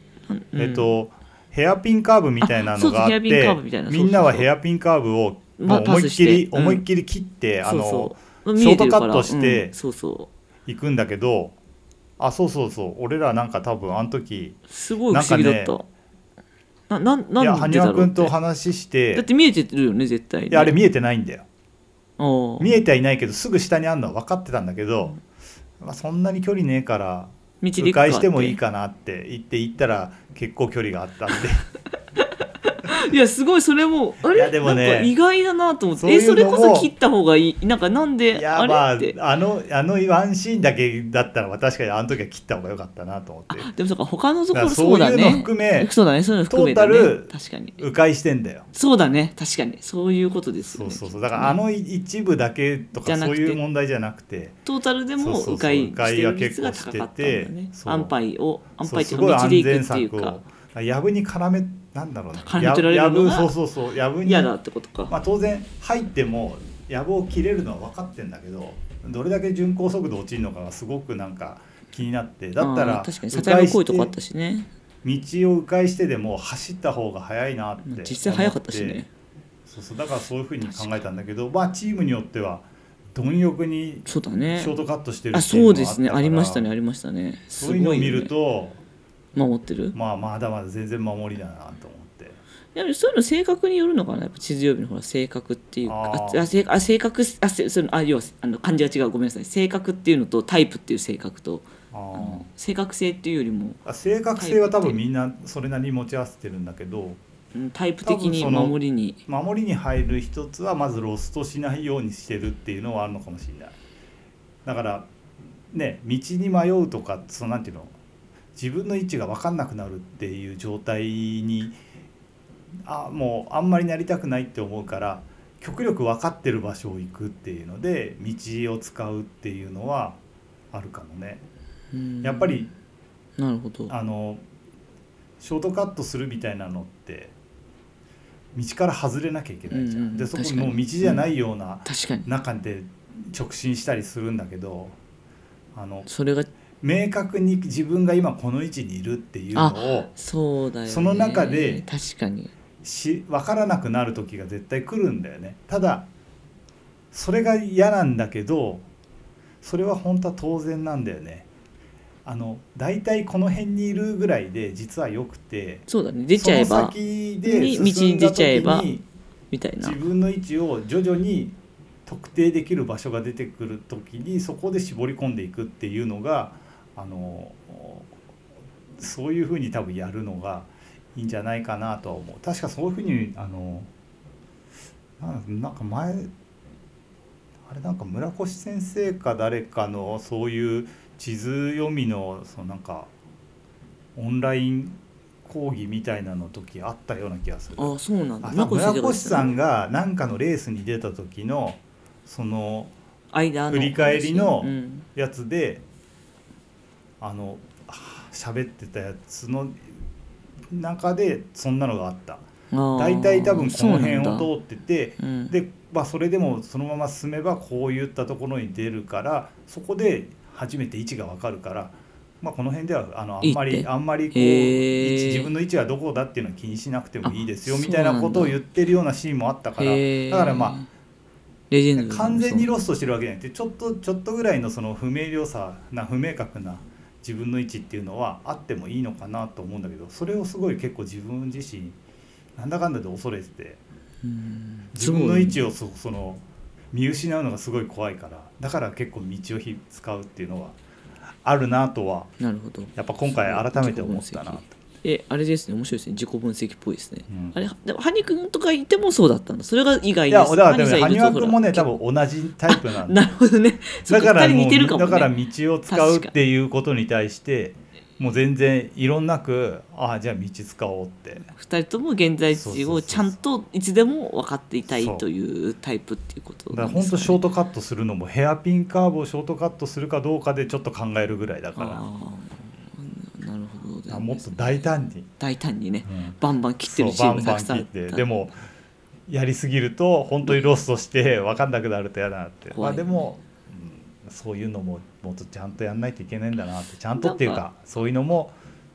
ヘアピンカーブみたいなのがあって、みんなはヘアピンカーブをもう思いっきり切って、ショートカットしていくんだけど、そう俺らなんか多分あの時すごい不思議だった。なんでだろうって。いや羽生君と話して、 だって見えてるよね絶対に。 いやあれ見えてないんだよ。見えてはいないけどすぐ下にあるのは分かってたんだけど、まあ、そんなに距離ねえから迂回してもいいかなって言ったら結構距離があったんでいやすごい、それもあれ、いやでも、ね、なんか意外だなと思って、それこそ切った方がいい、なんで、 いやまああのワンシーンだけだったら確かにあの時は切った方が良かったなと思って。 でもそうか、他のところそうだね、 そういうの含め、 そうだね、そういうの含め、ね、 トータル確かに迂回してんだよ。 そうだね、確かにそういうことですよね。 そうだからあの一部だけとかそういう問題じゃなくて、 トータルでも迂回してる率が高かったんだね。安牌っていうか道でいくっていうか、 やぶに絡めなんだろうね、 絡め取られるのがやぶに嫌だってことか。 まあ当然入ってもやぶを切れるのは分かってんだけど、どれだけ巡航速度落ちるのかがすごくなんか気になって、だったら確かに里山っぽいとこあったしね、 道を迂回してでも走った方が早いなって実際早かったしね。 そうだからそういうふうに考えたんだけど、まあチームによっては貪欲にショートカットしてるっていうのがあったから、 そうですね、ありましたね。 そういうのを見ると守ってる、 まだまだ全然守りだなと思って。 でもそういうの性格によるのかな、やっぱ地図読みのほら性格っていうか、性格要は漢字が違う、ごめんなさい、性格っていうのとタイプっていう性格と、正確性っていうよりも正確性は多分みんなそれなりに持ち合わせてるんだけど、 タイプ的に守りに入る一つはまずロストしないようにしてるっていうのはあるのかもしれない。だからね、道に迷うとか、なんていうの、自分の位置が分かんなくなるっていう状態にもうあんまりなりたくないって思うから、極力分かってる場所を行くっていうので道を使うっていうのはあるかもね。やっぱりなるほど、 ショートカットするみたいなのって道から外れなきゃいけないじゃん、でそこにもう道じゃないような中で直進したりするんだけど、 それが明確に自分が今この位置にいるっていうのを、 そうだよね、 その中で確かに分からなくなる時が絶対来るんだよね。ただそれが嫌なんだけど、それは本当は当然なんだよね。だいたいこの辺にいるぐらいで実はよくて、 そうだね、出ちゃえばその先で進んだ時にみたいな、 自分の位置を徐々に特定できる場所が出てくる時にそこで絞り込んでいくっていうのがそういうふうに多分やるのがいいんじゃないかなとは思う。確かそういうふうになんか前なんか村越先生か誰かのそういう地図読みのなんかオンライン講義みたいなの時あったような気がする。 そうなんだ。 村越さんが何かのレースに出た時のその振り返りのやつで喋ってたやつの中でそんなのがあった。だいたい多分この辺を通ってて、で、それでもそのまま進めばこういったところに出るから、そこで初めて位置が分かるから、この辺ではあんまりこう自分の位置はどこだっていうのは気にしなくてもいいですよみたいなことを言ってるようなシーンもあったから、だからレジェンド完全にロストしてるわけじゃなくてちょっとぐらいのその不明確な自分の位置っていうのはあってもいいのかなと思うんだけど、それをすごい結構自分自身なんだかんだで恐れてて、自分の位置をその見失うのがすごい怖いから、だから結構道を使うっていうのはあるなとは、 なるほど。 やっぱ今回改めて思ったなと。 あれですね、面白いですね、自己分析っぽいですね、 うん、 あれでも羽生君とかいてもそうだったんだ、それが意外です。 いやだから羽生君もね多分同じタイプなんでなるほどね、 だから似てるかもね、 だから道を使うっていうことに対してもう全然異論なく、じゃあ道使おうって。 2人とも現在地をちゃんといつでも分かっていたいというタイプっていうことなんですかね。 だから本当ショートカットするのもヘアピンカーブをショートカットするかどうかでちょっと考えるぐらいだから。 なるほど、ね、 もっと大胆にね、バンバン切ってるチームたくさんあった。 でもやりすぎると本当にロストして分かんなくなると嫌だなって、でも、そういうのももっとちゃんとやんないといけないんだなって、ちゃんとっていうかそういうのも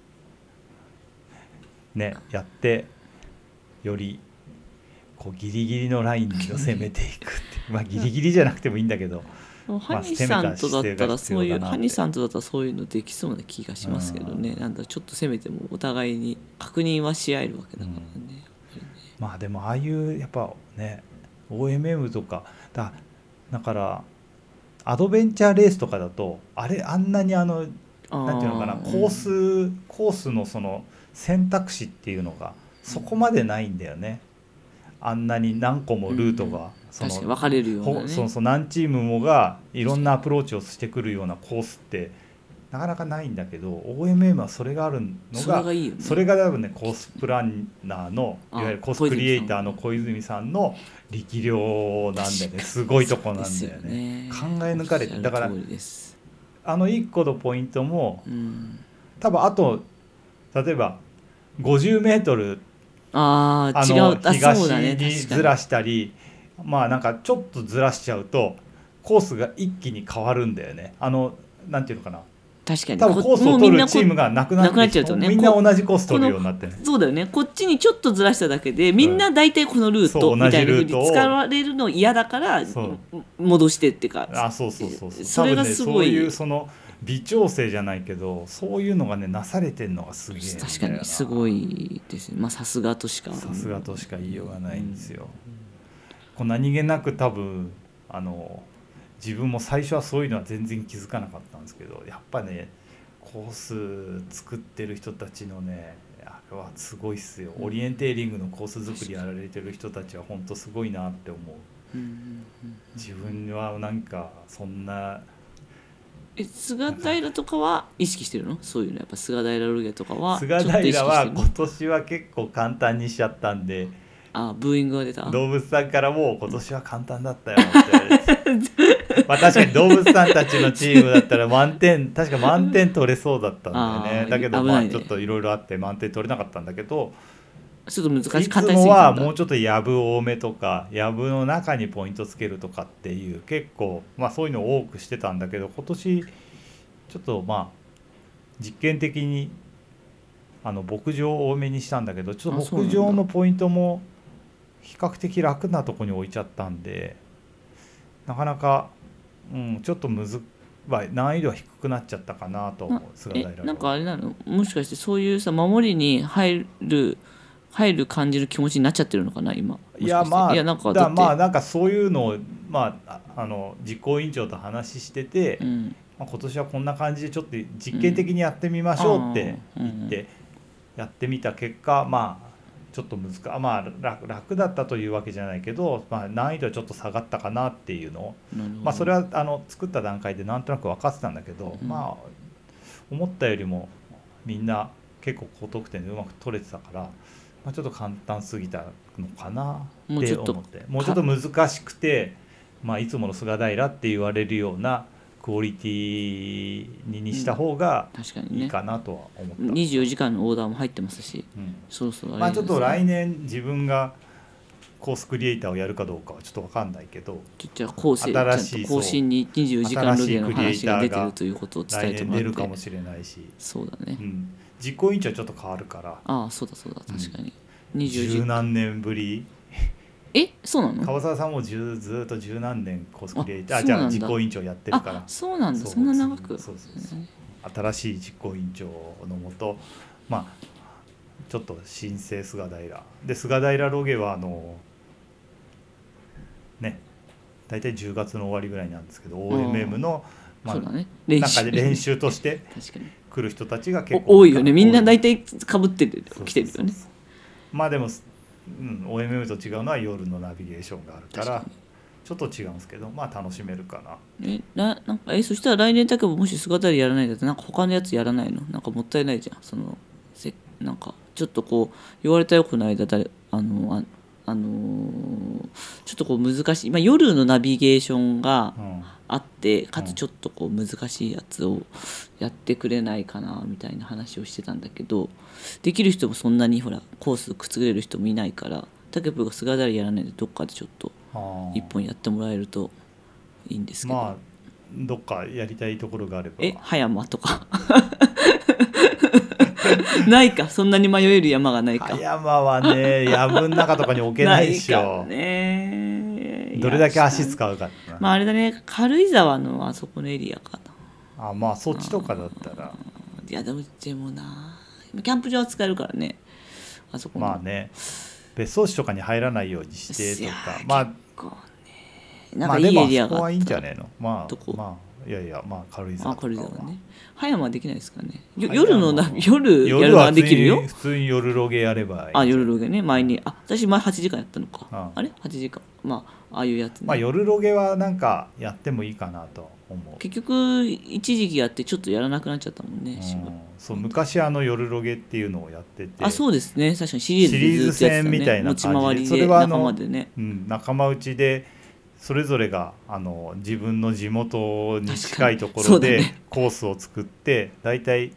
ねやってよりこうギリギリのラインを攻めていくってギリギリじゃなくてもいいんだけど、 ハニさんとだったらそういうハニさんとだったらそういうのできそうな気がしますけどね、なんだちょっと攻めてもお互いに確認はし合えるわけだからね、 でもああいうやっぱね OMM とかだからアドベンチャーレースとかだとあんなになんていうのかな、コースのその選択肢っていうのがそこまでないんだよね。あんなに何個もルートが、 確かに分かれるようなね、 何チームもがいろんなアプローチをしてくるようなコースってなかなかないんだけど、 OMM はそれがあるのがそれが多分ねコースプランナーのいわゆるコースクリエイターの小泉さんの力量なんでね、すごいとこなんだよね。考え抜かれて、だから1個のポイントも、多分あと例えば50メートル東にずらしたり、なんかちょっとずらしちゃうとコースが一気に変わるんだよね。なんていうのかな、 確かに多分コースを取るチームがなくなっちゃうとね、みんな同じコース取るようになってね。 そうだよね、こっちにちょっとずらしただけでみんな大体このルートみたいな風に使われるの嫌だから戻してっていうか、それがすごい、 そういうその微調整じゃないけどそういうのがねなされてるのがすげえ。 確かにすごいですね。さすがとしか言いようがないんですよ。こう何気なく多分自分も最初はそういうのは全然気づかなかったんですけど、やっぱねコース作ってる人たちのねあれはすごいっすよ。オリエンテーリングのコース作りやられてる人たちは本当すごいなって思う。自分はなんかそんな菅平とかは意識してるの？そういうのやっぱ菅平ルゲとかは菅平は今年は結構簡単にしちゃったんで、 ブーイングが出た。 動物さんからも今年は簡単だったよって言われて確かに動物さんたちのチームだったら確か満点取れそうだったんだよね。だけどちょっといろいろあって満点取れなかったんだけど、 ちょっと難しい。 いつもはもうちょっとやぶ多めとかやぶの中にポイントつけるとかっていう結構そういうのを多くしてたんだけど、今年ちょっと実験的に牧場を多めにしたんだけど、ちょっと牧場のポイントも比較的楽なとこに置いちゃったんで、なかなか、ちょっと難易度は低くなっちゃったかなと思う。菅平はなんかあれなの、もしかしてそういう守りに入る感じる気持ちになっちゃってるのかな今。なんかそういうのを実行委員長と話してて、今年はこんな感じでちょっと実験的にやってみましょうって言ってやってみた結果、ちょっと楽だったというわけじゃないけど、難易度はちょっと下がったかなっていうのを、それは作った段階でなんとなく分かってたんだけど、思ったよりもみんな結構高得点でうまく取れてたから、ちょっと簡単すぎたのかなって思って、もうちょっと難しくて、いつもの菅平って言われるようなクオリティにした方がいいかなとは思った。 24時間のオーダーも入ってますし、そうちょっと来年自分がコースクリエイターをやるかどうかはちょっと分かんないけど、 じゃあ更新に24時間ロゲの話が出てるということを伝えてもらって、 来年出るかもしれないし、 そうだね、 実行委員長はちょっと変わるから、 そうだ確かに、 十何年ぶりそうなの？ 川沢さんもずーっと十何年コスクリエイターあそうなんだじゃあ実行委員長やってるからそうなんだ。そんな長く。 そう新しい実行委員長のもとまあちょっと新生菅平で菅平ロゲはね大体10月の終わりぐらいなんですけど OMM のそうだね、 中で練習として確かに来る人たちが結構多いよね。みんな大体かぶって来てるよね。 まあでも、OMM と違うのは夜のナビゲーションがあるからちょっと違うんですけどまあ楽しめるかな。 なんかそしたら来年だけどもし姿でやらないんだったらなんか他のやつやらないの？なんかもったいないじゃん。なんかちょっとこう言われたよくないだちょっとこう難しい、夜のナビゲーションがあって、かつちょっとこう難しいやつをやってくれないかなみたいな話をしてたんだけど、できる人もそんなにほらコース作れる人もいないから、タケプが菅平やらないでどっかでちょっと一本やってもらえるといいんですけど。 まあどっかやりたいところがあれば葉山とかないか、そんなに迷える山がないか。 葉山はね藪の中とかに置けないでしょね、 どれだけ足使うかってな。あれだね、軽井沢のあそこのエリアかな。 まあそっちとかだったらいやでもな、キャンプ場は使えるからね、あそこまあね別荘地とかに入らないようにしてとか結構ね、なんかいいエリアがあったら、 そこはいいんじゃねえの。まあいや軽井沢軽井沢ね。葉山はできないですかね。夜やるのはできるよ。 普通に夜ロゲやればいい。 夜ロゲね。私前8時間やったのか。あれ8時間、ああいうやつね。 夜ロゲはなんかやってもいいかなと思う。 結局一時期やってちょっとやらなくなっちゃったもんね。 そう昔夜ロゲっていうのをやってて、 そうですね、確かにシリーズ戦みたいな感じで、 持ち回りで仲間でね、 仲間内でそれぞれが自分の地元に近いところでコースを作って、だいたい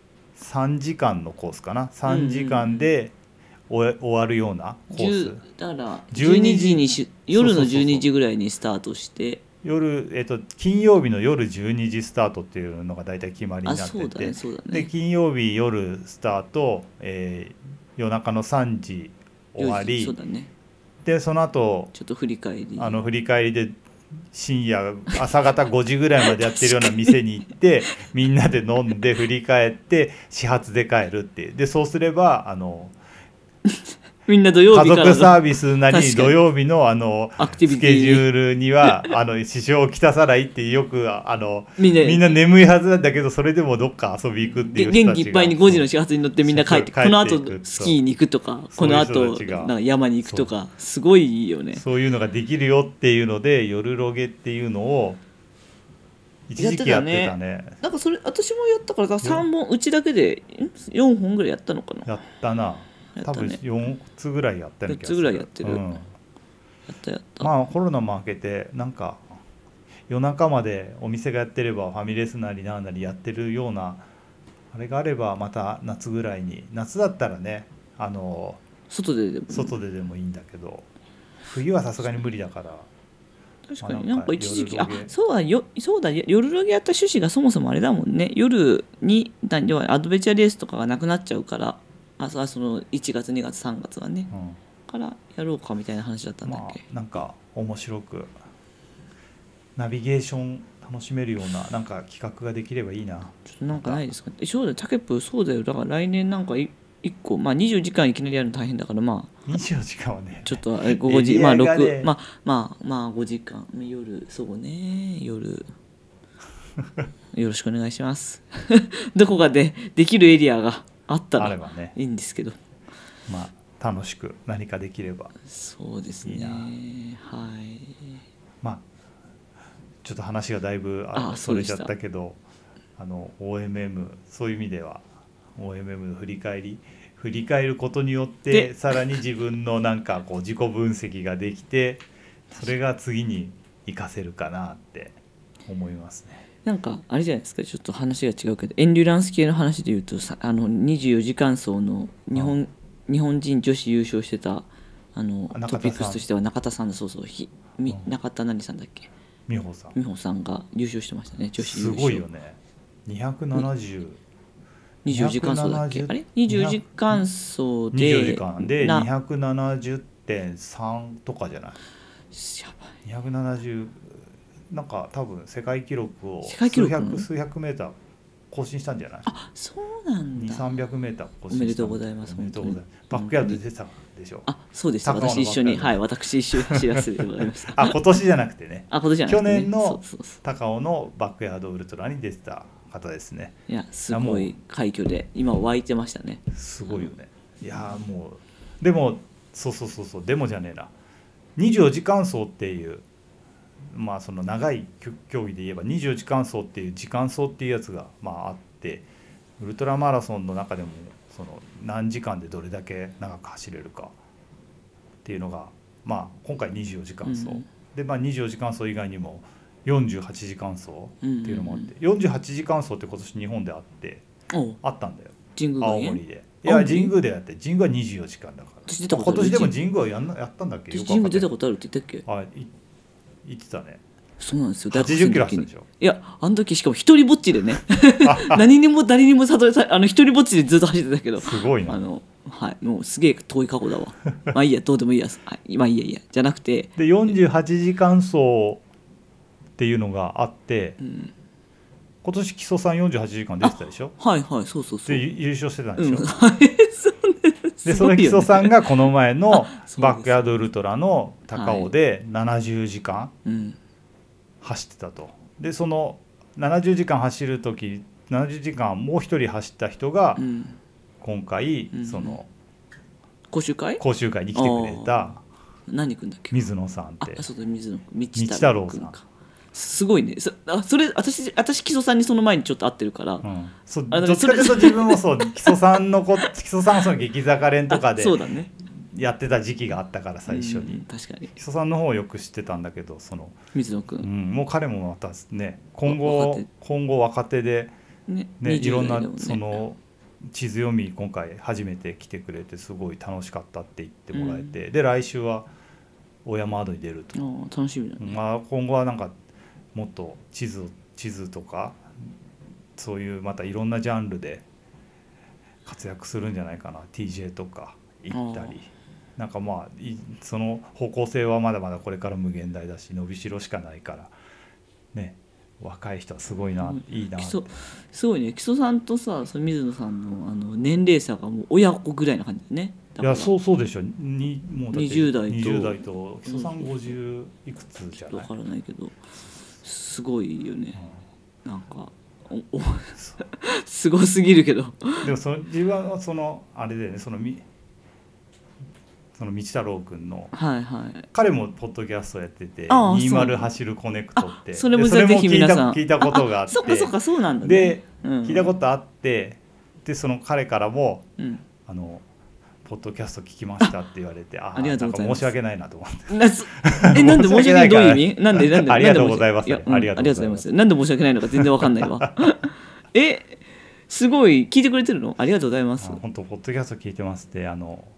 3時間のコースかな、3時間で終わるようなコースだから12時に夜の12時ぐらいにスタートして、 金曜日の夜12時スタートっていうのが大体決まりになってて、で金曜日夜スタート、夜中の3時終わり、でその後ちょっと振り返りで深夜朝方5時ぐらいまでやってるような店に行ってみんなで飲んで振り返って始発で帰るっていう。でそうすればみんな土曜日から家族サービスなり土曜日のスケジュールには支障をきたさないってよくみんな眠いはずなんだけど、それでもどっか遊び行くっていう人たちが元気いっぱいに5時の始発に乗ってみんな帰ってこの後スキーに行くとか、この後なんか山に行くとか、すごいいいよね。 そういうのができるよっていうので夜ロゲっていうのを一時期やってたね。 なんかそれ私もやったから3本うちだけで4本ぐらいやったのかな。 やったな。多分4つぐらいやってる気がする。 4つぐらいやってる、やったまあコロナも明けてなんか夜中までお店がやってればファミレスなりなんなりやってるようなあれがあれば、また夏ぐらいに、夏だったらね外ででもいいんだけど、冬はさすがに無理だから。 確かになんか一時期そうだ夜ロゲやった趣旨がそもそもあれだもんね。夜にアドベンチャーレースとかがなくなっちゃうから、その1月2月3月はね、からやろうかみたいな話だったんだっけ。 なんか面白くナビゲーション楽しめるようななんか企画ができればいいな。 ちょっとなんかないですか。そうだよタケプ、そうだよ。だから来年なんか1個、24時間いきなりやるの大変だから、 24時間はねちょっと5時、6、5時間夜、そうね、夜よろしくお願いしますどこかでできるエリアがあったらいいんですけど、 楽しく何かできればそうですね。はい。 ちょっと話がだいぶそれちゃったけど、OMM そういう意味では OMM の振り返ることによってさらに自分のなんかこう自己分析ができて、それが次に活かせるかなって思いますね。 なんかあれじゃないですか、ちょっと話が違うけどエンデュランス系の話でいうと24時間走の日本人女子優勝してたトピックスとしては中田さんの中田何さんだっけ、美穂さんが優勝してましたね、女子優勝。 すごいよね。24 時間走だっけ、あれ24時間走で 24時間で270 200.3 とかじゃない？ やばい。 270なんか多分世界記録を世界記録数百メーター更新したんじゃない？ あ、そうなんだ。 200-300メーター更新した。 おめでとうございます。 おめでとうございます。バックヤードで出てたでしょ。 あ、そうです。私一緒に、はい、私一緒に走らせてもらいました。 あ、今年じゃなくてね。 あ、今年じゃなくて、ね、 去年のそう高尾のバックヤードウルトラに出てた方ですね。 いや、すごい快挙で今湧いてましたね。 すごいよね。いやもうでもそうでもじゃねえな。24時間走っていうまあその長い競技で言えば24時間走っていう時間走っていうやつがまああって、ウルトラマラソンの中でもその何時間でどれだけ長く走れるかっていうのがまあ今回24時間走、でまあ24時間走以外にも48時間走っていうのもあって、48時間走って今年日本であったんだよ。 神宮青森で。いや神宮でやって、神宮は24時間だから。今年でも神宮はやったんだっけ？ 神宮出たことあるって言ったっけ？ あ、言ってたね。 そうなんですよ。 80キロ走ったでしょ。 いや、あの時しかも一人ぼっちでね何にも誰にも一人ぼっちでずっと走ってたけど、 すごいな。 はい、もうすげえ遠い過去だわまあいいや、どうでもいいや、まあいいやじゃなくて、 で48時間走っていうのがあって、今年木曽さん48時間出てたでしょ。 はいはい、そうで優勝してたんでしょ。 でその木曽さんがこの前のバックヤードウルトラの高尾で70時間走ってたと。でその70時間走る時70時間もう一人走った人が今回その講習会に来てくれた何君だっけ？ 水野さんって。 あ、そうだ、水野君、 道太郎さん。 すごいね。それ私木曽さんにその前にちょっと会ってるから、 どっちかというと自分もそう木曽さんはその激坂連とかでやってた時期があったから最初に。 確かに木曽さんの方をよく知ってたんだけど、その水野君、 もう彼もまたね今後若手でいろんなその地図読み今回初めて来てくれてすごい楽しかったって言ってもらえて、で来週は小山アドに出ると。 楽しみだね。 まあ今後はなんかもっと地図とかそういうまたいろんなジャンルで活躍するんじゃないかな。 TJ とか行ったりなんかまあその方向性はまだまだこれから無限大だし伸びしろしかないからね。若い人はすごいな、いいなって。 すごいね。木曽さんとさ、水野さんの年齢差がもう親子ぐらいな感じだね。 いやそうでしょ。もうだって 20代と木曽さん50いくつじゃない？ 分からないけどすごいよね。なんかすごすぎるけどでも自分はそのあれでね、その道太郎くんの、彼もポッドキャストやってて20走るコネクトって、 それもぜひ皆さん聞いたことがあって、 そうなんだね。 で聞いたことあって、でその彼からもポッドキャスト聞きましたって言われて、 ありがとうございます。 申し訳ないなと思って。 なんで申し訳ない、どういう意味？なんでありがとうございます。 ありがとうございます。なんで申し訳ないのか全然わかんないわ。すごい聞いてくれてるの？ありがとうございます。 本当ポッドキャスト聞いてますって、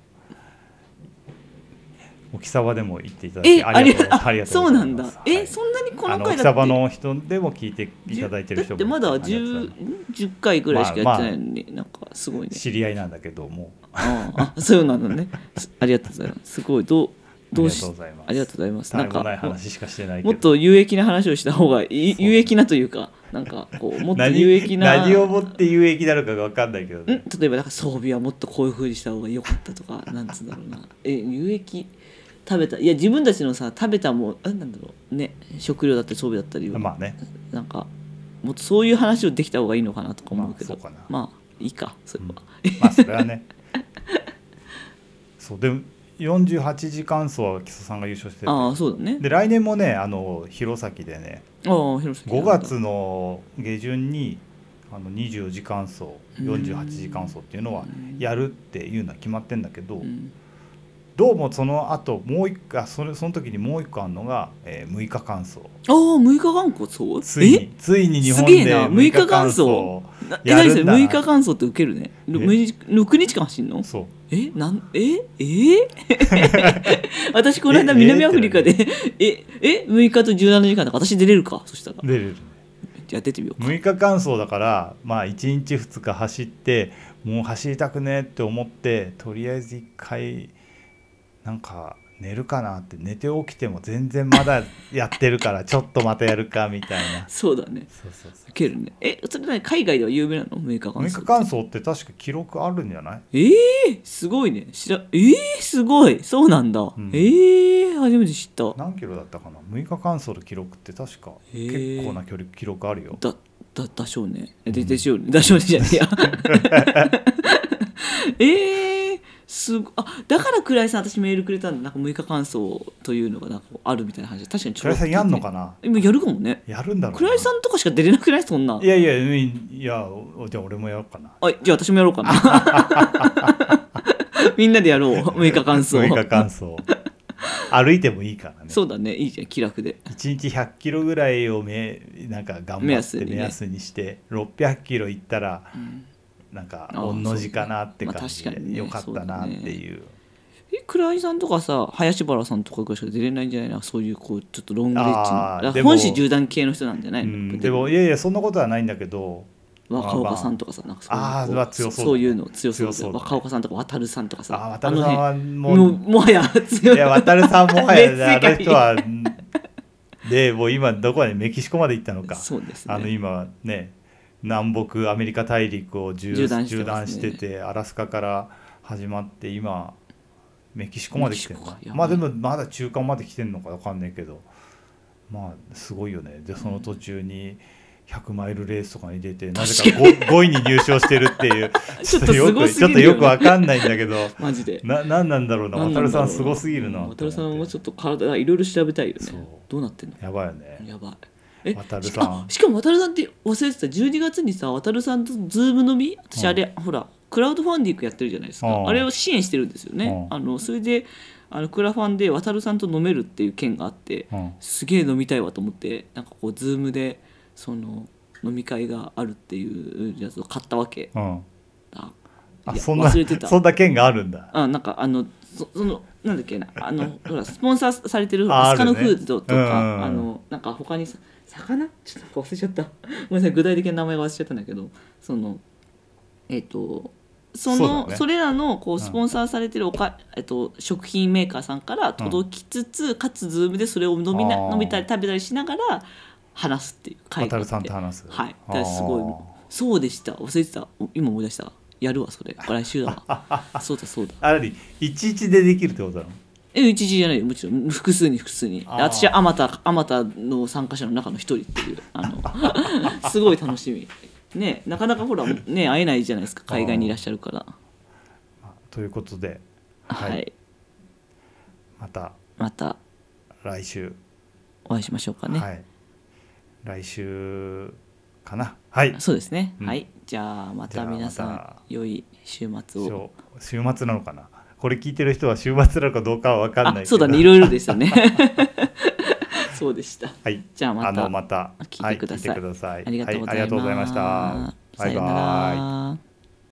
沖沢でも言っていただいてありがとうございます。 そうなんだ。そんなにこの回だって。 沖沢の人でも聞いていただいてる人もだってまだ10回ぐらいしかやってないのに、なんかすごいね。 知り合いなんだけども。 そうなのね。ありがとうございます。すごいありがとうございます。 なんかない話しかしてないけど、 もっと有益な話をした方が有益なというか、なんかこうもっと有益な何をもって有益なのかが分かんないけど、ね、 例えばなんか装備はもっとこういう風にした方が良かったとか、なんつうんだろうな。有益食べた、いや自分たちのさ食べたもなんだろうね、食料だったり装備だったり、 まあね、 なんかもっとそういう話をできた方がいいのかなとか思うけど、まあいいかそれは、 まあそれはねそうでも48時間走は木曽さんが優勝してて、 そうだね。 で来年もね弘前でね、5月の下旬に24時間走48時間走っていうのはやるっていうのは決まってんだけど、どうもその後もう一回その時にもう一個あるのが、6日間走。 6日間走ついに日本で6日間走やるんだな。 6日間走ってウケるね。6日間走んの？ そう。 私この間南アフリカで6日と17時間だから私出れるか。そしたら出れる。 じゃあ出てみようか。 6日間走だからまあ1日2日走ってもう走りたくねって思ってとりあえず1回なんか寝るかなって寝て起きても全然まだやってるからちょっとまたやるかみたいな。 そうだね。 そうそうそう。 いけるね。それ何海外では有名なの？6日間 6日間走って確か記録あるんじゃない？ すごいね。すごい。そうなんだ。 ん初めて知った。 何キロだったかな。6日間走の記録って確か結構な距離記録あるよ。 だしょうね。でしょうね。だしょうねじゃねえや。だから倉井さん私メールくれたんだ。なんか6日間走というのがなんかあるみたいな話。確かに倉井さんやんのかな。 今やるかもね。 やるんだろうな。 倉井さんとかしか出れなくないそんな。 いやじゃあ俺もやろうかな。 じゃあ私もやろうかな。みんなでやろう。6日間走。 6日間走歩いてもいいからね。 そうだね。いいじゃん気楽で。 1日100キロぐらいをなんか頑張って目安にして600キロいったら、なんか御の字かなって感じでよかったなっていう。 倉井さんとかさ林原さんとかぐらいしか出れないんじゃないの？そういうこうちょっとロングレッジの本州縦断系の人なんじゃないの？ でもいやそんなことはないんだけど、 若岡さんとかさ、なんかそういうの強そうだよ。若岡さんとか渡さんとかさ、 渡さんはもはや強い。 いや渡さんもはやあの人はでもう今どこまでメキシコまで行ったのか。 そうですね。 今ね南北アメリカ大陸を縦断してて、アラスカから始まって今メキシコまで来てるの。まあでもまだ中間まで来てんのか分かんないけど、まあすごいよね。でその途中に100マイルレースとかに出てなぜか 5位に入賞してるっていうちょっとよく分かんないんだけどマジでなんなんだろうな。渡さんすごすぎるな。 渡さんもちょっと体いろいろ調べたいよね。どうなってんの？ やばいよね。 やばい。 渡さんしかも渡さんって忘れてた。12月にさ渡さんとズーム飲み、私あれ、ほらクラウドファンディングやってるじゃないですか。あれを支援してるんですよね。それでクラファンで渡さんと飲めるっていう件があって、すげえ飲みたいわと思って、なんかこうズームでその飲み会があるっていうやつを買ったわけ。忘れてた。 そんな件があるんだ。 なんかそのなんだっけな、ほらスポンサーされてるスカノフードとか、なんか他に魚ちょっと忘れちゃった。ごめんなさい、具体的な名前が忘れちゃったんだけど、それらのこうスポンサーされてる食品メーカーさんから届きつつ、かつズームでそれを飲みたり食べたりしながら話すっていう会があって、 渡さんと話す。 はい。だからすごいそうでした。忘れてた。今思い出した。やるわそれ。来週だわ。そうだ。 あれ11でできるってことなの ？1時じゃないよ。もちろん複数に。私はあまたの参加者の中の一人っていうすごい楽しみ。ね、なかなかほらね会えないじゃないですか、海外にいらっしゃるから。 ということで、 はい。 また来週お会いしましょうかね。 はい。来週かな。はい。 そうですね。はい。じゃあまた皆さん良い週末を。 週末なのかな。これ聞いてる人は週末なのかどうかは分かんないけど。 そうだね。いろいろですよね。そうでした。 はい。 じゃあまた聞いてください。 ありがとうございました。 バイバイ。